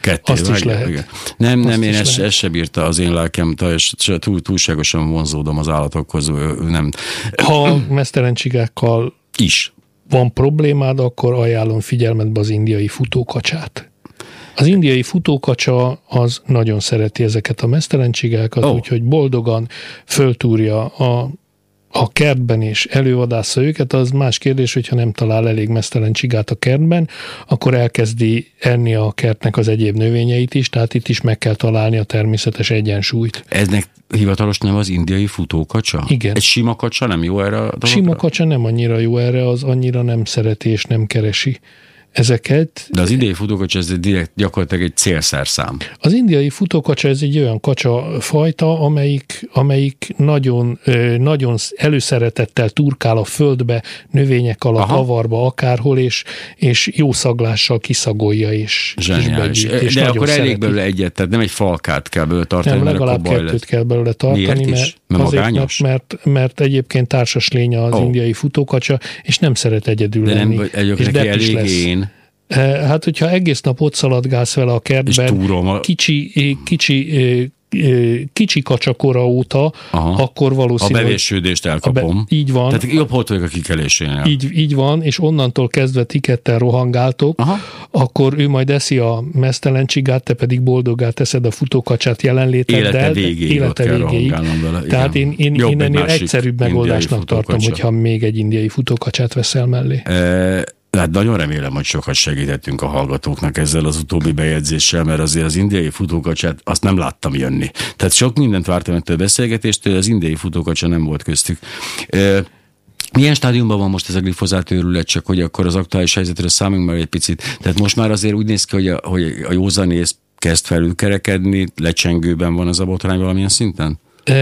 Ketté, azt vágja, is lehet. Igen. Nem, Azt nem, én ezt lehet. ez se bírta az én lelkem, túl, túlságosan vonzódom az állatokhoz, nem. Ha meztelen csigákkal Is. van problémád, akkor ajánlom figyelmetbe az indiai futókacsát. Az indiai futókacsa az nagyon szereti ezeket a meztelen csigákat, Oh. úgyhogy boldogan föltúrja a, a kertben és elővadásza őket. Az más kérdés, hogyha nem talál elég meztelen csigát a kertben, akkor elkezdi enni a kertnek az egyéb növényeit is, tehát itt is meg kell találni a természetes egyensúlyt. Eznek hivatalos nem az indiai futókacsa? Igen. Egy sima kacsa nem jó erre a dologra? Sima kacsa nem annyira jó erre, az annyira nem szereti és nem keresi ezeket. De az indiai futókacsa ez direkt gyakorlatilag egy célszerszám. Az indiai futókacsa ez egy olyan kacsa fajta, amelyik, amelyik nagyon, nagyon előszeretettel turkál a földbe, növények alatt, Aha. avarba, akárhol, és, és jó szaglással kiszagolja, és, és Zseniális. begyűjt, és De nagyon akkor elég szereti. belőle egyet, tehát nem egy falkát kell belőle tartani, Nem, mert legalább akkor baj kettőt lesz. kell belőle tartani, Miért is? mert, Mert azért, magányos? mert, mert egyébként társas lény az Ó. indiai futókacsa, és nem szeret egyedül De lenni. nem, egyébként és neki depp is elég lesz. én, Hát, hogyha egész nap ott szaladgálsz vele a és kertben, túrom. a- kicsi, kicsi, kicsi kacsakora óta, Aha. akkor A valószínű, bevésődést a elkapom. be, így van, Tehát jobb ott vagyok a kikelésénél. így, így van, és onnantól kezdve tikettel rohangáltok, Aha. akkor ő majd eszi a meztelen csigát, te pedig boldogá teszed a futókacsát jelenléteddel. Élete végéig ott élete kell végéig. rohangálnom vele. Tehát én, én, Jobb én egy ennél másik egyszerűbb indiai megoldásnak tartom, futókacsa. hogyha még egy indiai futókacsát veszel mellé. E, Hát nagyon remélem, hogy sokat segítettünk a hallgatóknak ezzel az utóbbi bejegyzéssel, mert azért az indiai futókacsát azt nem láttam jönni. Tehát sok mindent vártam ettől a beszélgetéstől, az indiai futókacsa nem volt köztük. E, Milyen stádiumban van most ez a glifozát őrület, csak hogy akkor az aktuális helyzetről számoljunk már egy picit. Tehát most már azért úgy néz ki, hogy a, hogy a józanész kezd felülkerekedni, lecsengőben van az a botrány valamilyen szinten?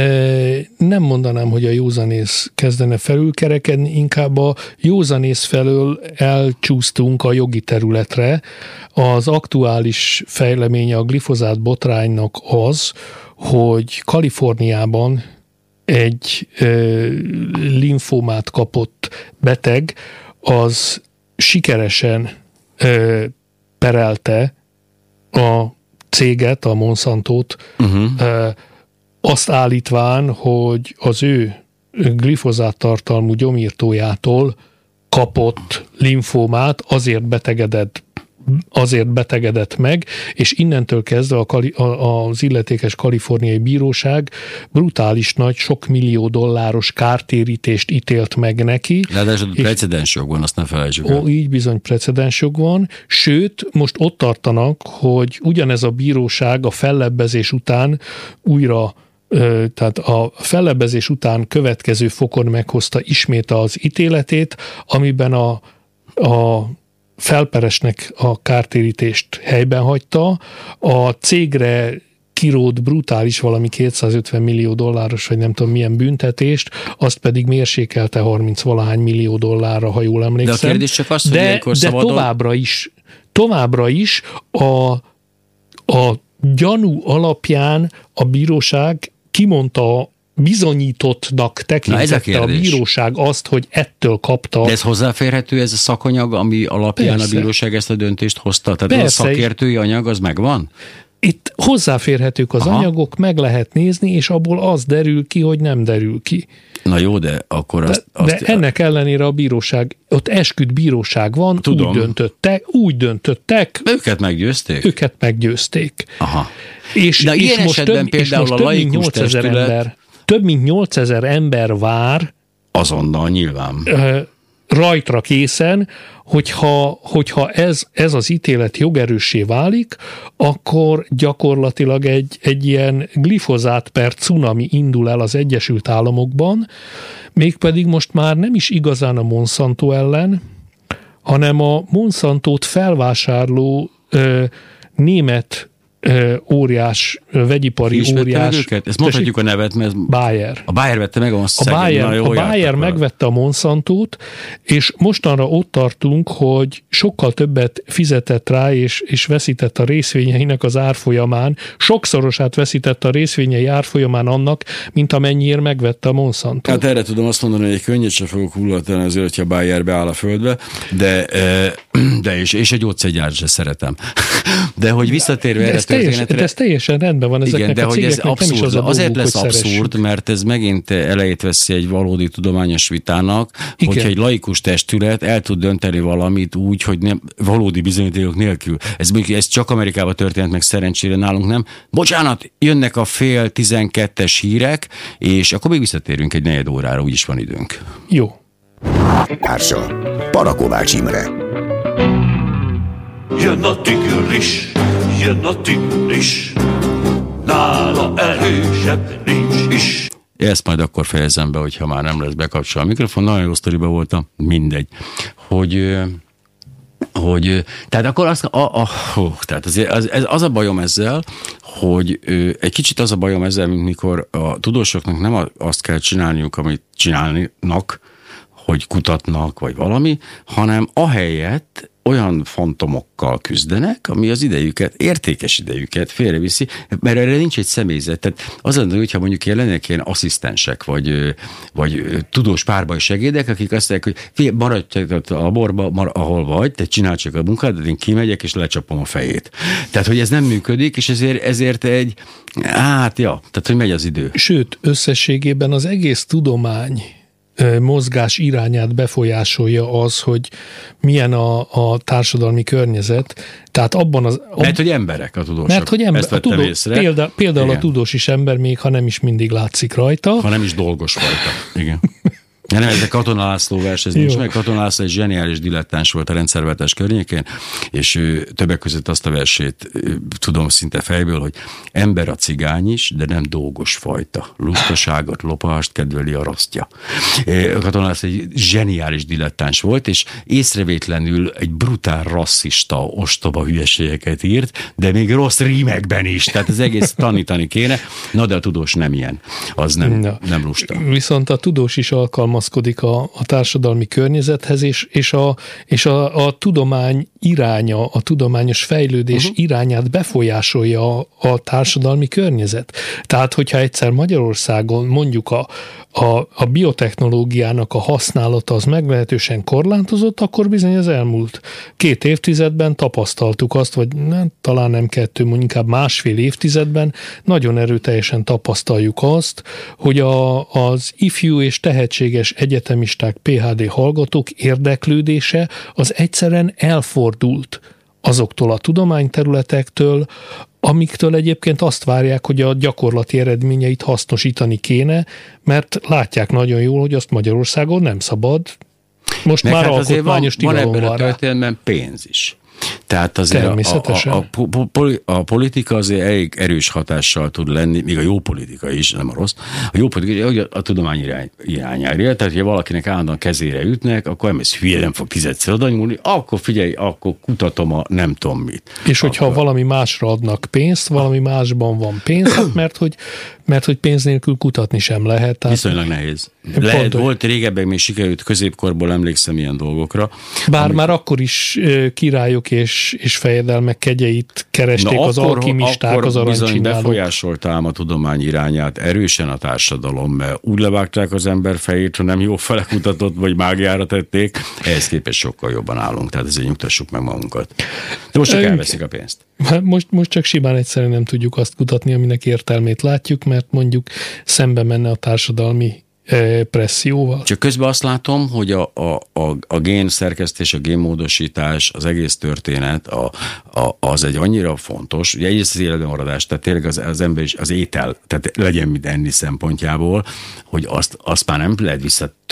Nem mondanám, hogy a józanész kezdene felülkerekedni, inkább a józanész felől elcsúsztunk a jogi területre. Az aktuális fejleménye a glifozát botránynak az, hogy Kaliforniában egy ö, limfómát kapott beteg, az sikeresen ö, perelte a céget, a Monsantót, uh-huh. ö, azt állítván, hogy az ő glifozát tartalmú gyomírtójától kapott limfómát azért betegedett, azért betegedett meg, és innentől kezdve a, az illetékes kaliforniai bíróság brutális nagy, sok millió dolláros kártérítést ítélt meg neki. Ráadásul precedens jog van, azt ne felejtsük el. Ó, így bizony precedens jog van, sőt, most ott tartanak, hogy ugyanez a bíróság a fellebbezés után újra tehát a fellebbezés után következő fokon meghozta ismét az ítéletét, amiben a, a felperesnek a kártérítést helyben hagyta, a cégre kirót brutális valami kétszázötven millió dolláros, vagy nem tudom milyen büntetést, azt pedig mérsékelte harminc-valahány millió dollárra, ha jól emlékszem. De a kérdés csak az, hogy de, ilyenkor de szabadon... továbbra is, továbbra is a, a gyanú alapján a bíróság kimondta, bizonyítottnak tekintette a, a bíróság azt, hogy ettől kapta. De ez hozzáférhető, ez a szakanyag, ami alapján Persze. a bíróság ezt a döntést hozta? Tehát Persze. az a szakértői anyag, az megvan? Itt hozzáférhetők az Aha. anyagok, meg lehet nézni, és abból az derül ki, hogy nem derül ki. Na jó, de akkor azt... De, azt, de ennek ellenére a bíróság, ott esküdt bíróság van, Tudom. úgy döntöttek, úgy döntöttek. De őket meggyőzték? Őket meggyőzték. Aha. És, de és ilyen most esetben több, például és most a több mint laikus testület... ember, több mint nyolcezer ember vár azonnal nyilván. Ö, rajtra készen, hogyha, hogyha ez, ez az ítélet jogerőssé válik, akkor gyakorlatilag egy, egy ilyen glifozát per cunami indul el az Egyesült Államokban, mégpedig most már nem is igazán a Monsanto ellen, hanem a Monsantót felvásárló ö, német óriás, vegyipari Ki óriás. Őket? Ezt mondhatjuk a nevet, mert Bayer. A Bayer vette meg a A Bayer, a Bayer megvette a Monsantót, és mostanra ott tartunk, hogy sokkal többet fizetett rá, és, és veszített a részvényeinek az árfolyamán, sokszorosát veszített a részvényei árfolyamán annak, mint amennyiért megvette a Monsantót. Hát erre tudom azt mondani, hogy egy könnyet sem fogok hullatani azért, hogyha a Bayer beáll a földbe, de, de és, és egy gyógyszergyárat se szeretem. De hogy visszatérve erre ez történetre... De ez teljesen rendben van, ezeknek igen, de a hogy ez abszurd, nem is az a azért dolguk, lesz abszurd, szeressük. Mert ez megint elejét veszi egy valódi tudományos vitának, igen. Hogyha egy laikus testület el tud dönteni valamit úgy, hogy nem, valódi bizonyítékok nélkül. Ez, ez csak Amerikában történt meg, szerencsére nálunk nem. Bocsánat, jönnek a fél tizenkettes hírek, és akkor még visszatérünk egy negyed órára, úgyis van időnk. Jó. Társa, Parakovács Imre. Jön a tigris, jön a tigris, nála erősebb nincs is. Ezt majd akkor fejezem be, hogyha már nem lesz bekapcsolva a mikrofon. Nagyon jó sztoriba voltam, mindegy. Hogy, hogy tehát akkor az, a, a, hú, tehát az, az, az a bajom ezzel, hogy egy kicsit az a bajom ezzel, mint mikor a tudósoknak nem azt kell csinálniuk, amit csinálnak, hogy kutatnak, vagy valami, hanem ahelyett olyan fantomokkal küzdenek, ami az idejüket, értékes idejüket félreviszi, mert erre nincs egy személyzet. Tehát az lenne, hogyha mondjuk ilyen lennének ilyen asszisztensek, vagy, vagy tudós párbaj segédek, akik azt mondják, hogy maradj a laborba, ahol vagy, te csinálj csak a munkát, de én kimegyek, és lecsapom a fejét. Tehát, hogy ez nem működik, és ezért, ezért egy, hát ja, tehát, hogy megy az idő. Sőt, összességében az egész tudomány mozgás irányát befolyásolja az, hogy milyen a, a társadalmi környezet. Tehát abban az... Ab... Mert hogy emberek a tudósok. Mert hogy ember, a tudó, példa, például igen. A tudós is ember, még ha nem is mindig látszik rajta. Ha nem is dolgos rajta. Igen. Ja, nem, ez a Katona László vers, ez nincs meg. Katona László egy zseniális dilettáns volt a rendszerváltás környékén, és ő, többek között azt a versét tudom szinte fejből, hogy ember a cigány is, de nem dolgos fajta. Lustaságot, lopást kedveli a rasztja. Katona László egy zseniális dilettáns volt, és észrevétlenül egy brutál rasszista, ostoba hülyeségeket írt, de még rossz rímekben is, tehát az egész tanítani kéne. Na, de a tudós nem ilyen. Az nem, nem lusta. Viszont a tudós is alkalmazkodik a, a társadalmi környezethez, és, és, a, és a, a tudomány iránya, a tudományos fejlődés uh-huh. irányát befolyásolja a, a társadalmi környezet. Tehát, hogyha egyszer Magyarországon mondjuk a, a, a biotechnológiának a használata az meglehetősen korlátozott, akkor bizony az elmúlt két évtizedben tapasztaltuk azt, vagy nem, talán nem kettő, mondjuk inkább másfél évtizedben nagyon erőteljesen tapasztaljuk azt, hogy a, az ifjú és tehetséges egyetemisták, pé há dé hallgatók érdeklődése az egyszerűen elfordult azoktól a tudományterületektől, amiktől egyébként azt várják, hogy a gyakorlati eredményeit hasznosítani kéne, mert látják nagyon jól, hogy azt Magyarországon nem szabad. Most meg már hát alkotmányos tilalom van rá. Van ebben a történetben pénz is. Tehát azért a, a, a, a politika azért elég erős hatással tud lenni, még a jó politika is, nem a rossz, a jó politika a tudomány irány, irányára. Tehát, ha valakinek állandóan kezére ütnek, akkor nem ez hülye, nem fog tizedszer oda nyúlni, akkor figyelj, akkor kutatom a nem tudom mit. És hogyha akkor... valami másra adnak pénzt, valami másban van pénz, hát mert hogy, mert hogy pénz nélkül kutatni sem lehet. Tehát... Viszonylag nehéz. Lehet, pont, volt régebben még sikerült, középkorból emlékszem ilyen dolgokra. Bár ami... már akkor is királyok és, és fejedelmek kegyeit keresték na, az akkor, alkimisták, akkor az arancsinálók. Bizony befolyásolta ám a tudomány irányát erősen a társadalom, mert úgy levágták az ember fejét, hogy nem jó fele kutatott, vagy mágiára tették, ehhez képest sokkal jobban állunk, tehát ezért nyugtassuk meg magunkat. De most csak elveszik a pénzt. Most, most csak simán egyszerűen nem tudjuk azt kutatni, aminek értelmét látjuk, mert mondjuk szembe menne a társadalmi presszióval. Csak közben azt látom, hogy a, a, a, a génszerkesztés, a génmódosítás, az egész történet a, a, az egy annyira fontos, ugye egyrészt az életben maradás, tehát tényleg az, az ember is, az étel, tehát legyen mit enni szempontjából, hogy azt, azt már nem lehet vissza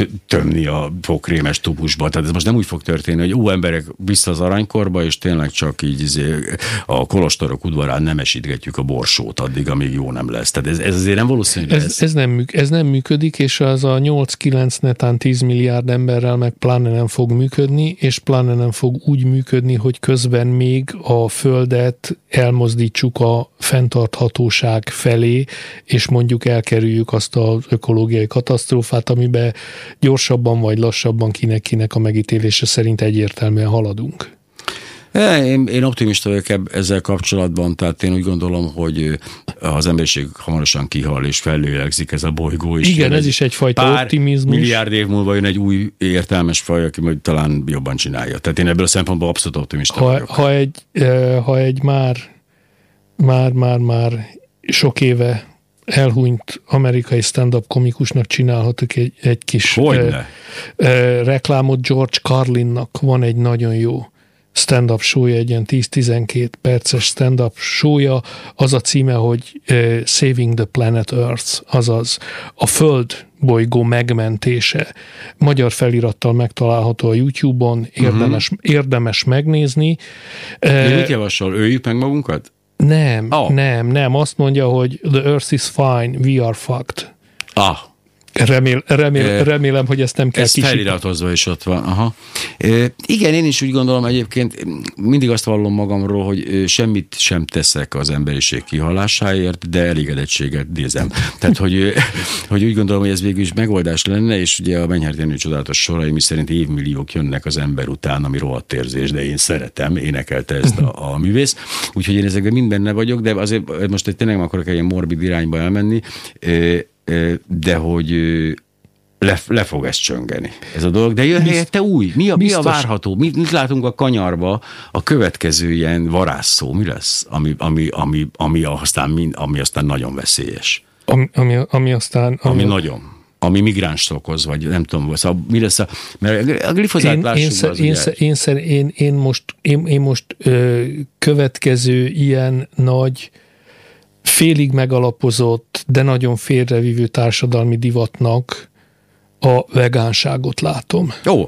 tömni a fogkrémes tubusba. Tehát ez most nem úgy fog történni, hogy ó, emberek vissza az aranykorba, és tényleg csak így a kolostorok udvarán nemesítgetjük a borsót addig, amíg jó nem lesz. Tehát ez, ez azért nem valószínű. Ez, ez, nem, ez nem működik, és az a nyolc-kilenc netán tíz milliárd emberrel meg pláne nem fog működni, és pláne nem fog úgy működni, hogy közben még a Földet elmozdítsuk a fenntarthatóság felé, és mondjuk elkerüljük azt az ökológiai katasztrófát, amiben gyorsabban vagy lassabban kinek-kinek a megítélése szerint egyértelműen haladunk. Én, én optimista vagyok ezzel kapcsolatban, tehát én úgy gondolom, hogy az emberiség hamarosan kihal és fellélegzik ez a bolygó. És igen, ez is egyfajta pár optimizmus. Milliárd év múlva jön egy új értelmes faj, aki majd talán jobban csinálja. Tehát én ebből a szempontból abszolút optimista ha, vagyok. Ha egy, ha egy már, már, már, már sok éve elhunyt amerikai stand-up komikusnak csinálhatok egy, egy kis eh, eh, reklámot. George Carlinnak van egy nagyon jó stand-up show-ja, egy ilyen tíz-tizenkét perces stand-up show-ja, az a címe, hogy uh, Saving the Planet Earth, azaz a Föld bolygó megmentése. Magyar felirattal megtalálható a YouTube-on, érdemes, uh-huh. érdemes megnézni. De mit javasol? Öljük meg magunkat? Nem, oh. nem, nem. Azt mondja, hogy the Earth is fine, we are fucked. Ah. Remél, remél, e, remélem, hogy ezt nem kell ez kisítani. Ez feliratozva is ott van. Aha. E, igen, én is úgy gondolom egyébként, mindig azt vallom magamról, hogy semmit sem teszek az emberiség kihalásáért, de elégedettséget nézem. Tehát, hogy, hogy úgy gondolom, hogy ez végül is megoldás lenne, és ugye a Menyhárt Jenő csodálatos sorai, miszerint évmilliók jönnek az ember után, ami rohadt érzés, de én szeretem, énekelte ezt a, a művész. Úgyhogy én ezekben mind benne vagyok, de azért most tényleg nem akarok egy ilyen morbid irányba elmenni, de hogy le, le fog ezt csöngeni ez a dolog, de jön helyette új. Mi a, mi a várható? Mit, mit látunk a kanyarba? A következő ilyen varázsszó mi lesz? Ami, ami, ami, ami, aztán, ami aztán nagyon veszélyes. Ami, ami, ami aztán... Ami, ami nagyon... ami migránst okoz, vagy nem tudom, szóval mi lesz a... Mert a glifozát én, lássuk én, az én, ugye... én, én, én most, én, én most ö, következő ilyen nagy félig megalapozott, de nagyon félrevívő társadalmi divatnak a vegánságot látom. Ó,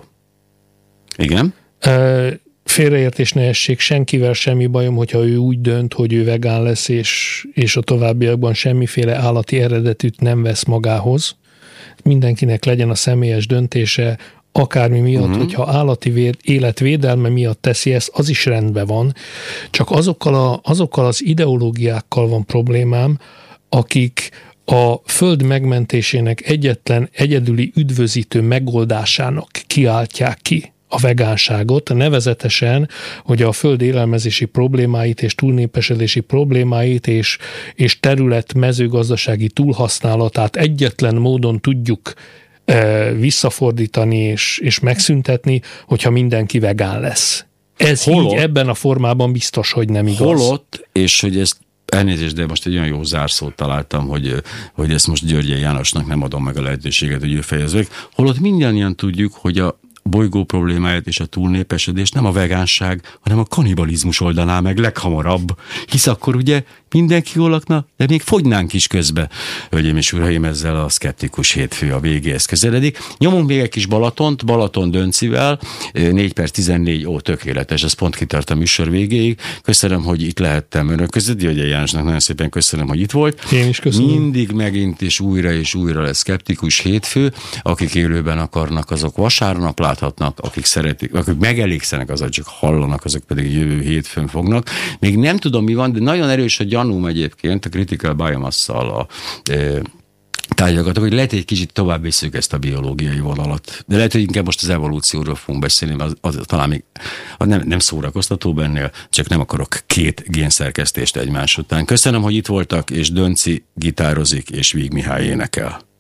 igen. Félreértés ne essék, senkivel semmi bajom, hogyha ő úgy dönt, hogy ő vegán lesz, és, és a továbbiakban semmiféle állati eredetűt nem vesz magához. Mindenkinek legyen a személyes döntése, akármi miatt, uh-huh. hogyha állati véd, életvédelme miatt teszi ezt, az is rendben van. Csak azokkal, a, azokkal az ideológiákkal van problémám, akik a Föld megmentésének egyetlen egyedüli üdvözítő megoldásának kiáltják ki a vegánságot, nevezetesen, hogy a Föld élelmezési problémáit és túlnépesedési problémáit és, és terület mezőgazdasági túlhasználatát egyetlen módon tudjuk visszafordítani és, és megszüntetni, hogyha mindenki vegán lesz. Ez holott, így ebben a formában biztos, hogy nem igaz. Holott, és hogy ezt elnézést, de most egy olyan jó zárszót találtam, hogy, hogy ezt most Györgyi Jánosnak nem adom meg a lehetőséget, hogy ő fejezzék. Holott mindannyian tudjuk, hogy a bolygó problémáját és a túlnépesedést nem a vegánság, hanem a kanibalizmus oldaná meg leghamarabb. Hisz akkor ugye mindenki jól lakna, de még fogynánk is közbe. Hölgyeim és uraim, ezzel a szkeptikus hétfő a végéhez közeledik. Nyomunk még egy kis Balatont, Balaton Döncivel, négy perc tizennégy, ó, tökéletes, ez pont kitart a műsor végéig. Köszönöm, hogy itt lehettem önök között, Györgyi Jánosnak nagyon szépen köszönöm, hogy itt volt. Én is köszönöm. Mindig megint és újra és újra lesz szkeptikus hétfő, akik élőben akarnak, azok vasárnap láthatnak, akik szeretik, akik megelégszenek, azok csak hallanak, azok pedig jövő hétfőn fognak. Még nem tudom, mi van, de nagyon erős a gyanúm egyébként a Critical Biomasszal a e, tárgyalgatok, hogy lehet, hogy egy kicsit tovább visszük ezt a biológiai vonalat. De lehet, hogy inkább most az evolúcióról fogunk beszélni, az, az talán még az nem, nem szórakoztató bennél, csak nem akarok két génszerkesztést egymás után. Köszönöm, hogy itt voltak, és Dönci gitározik, és Víg Mihály énekel.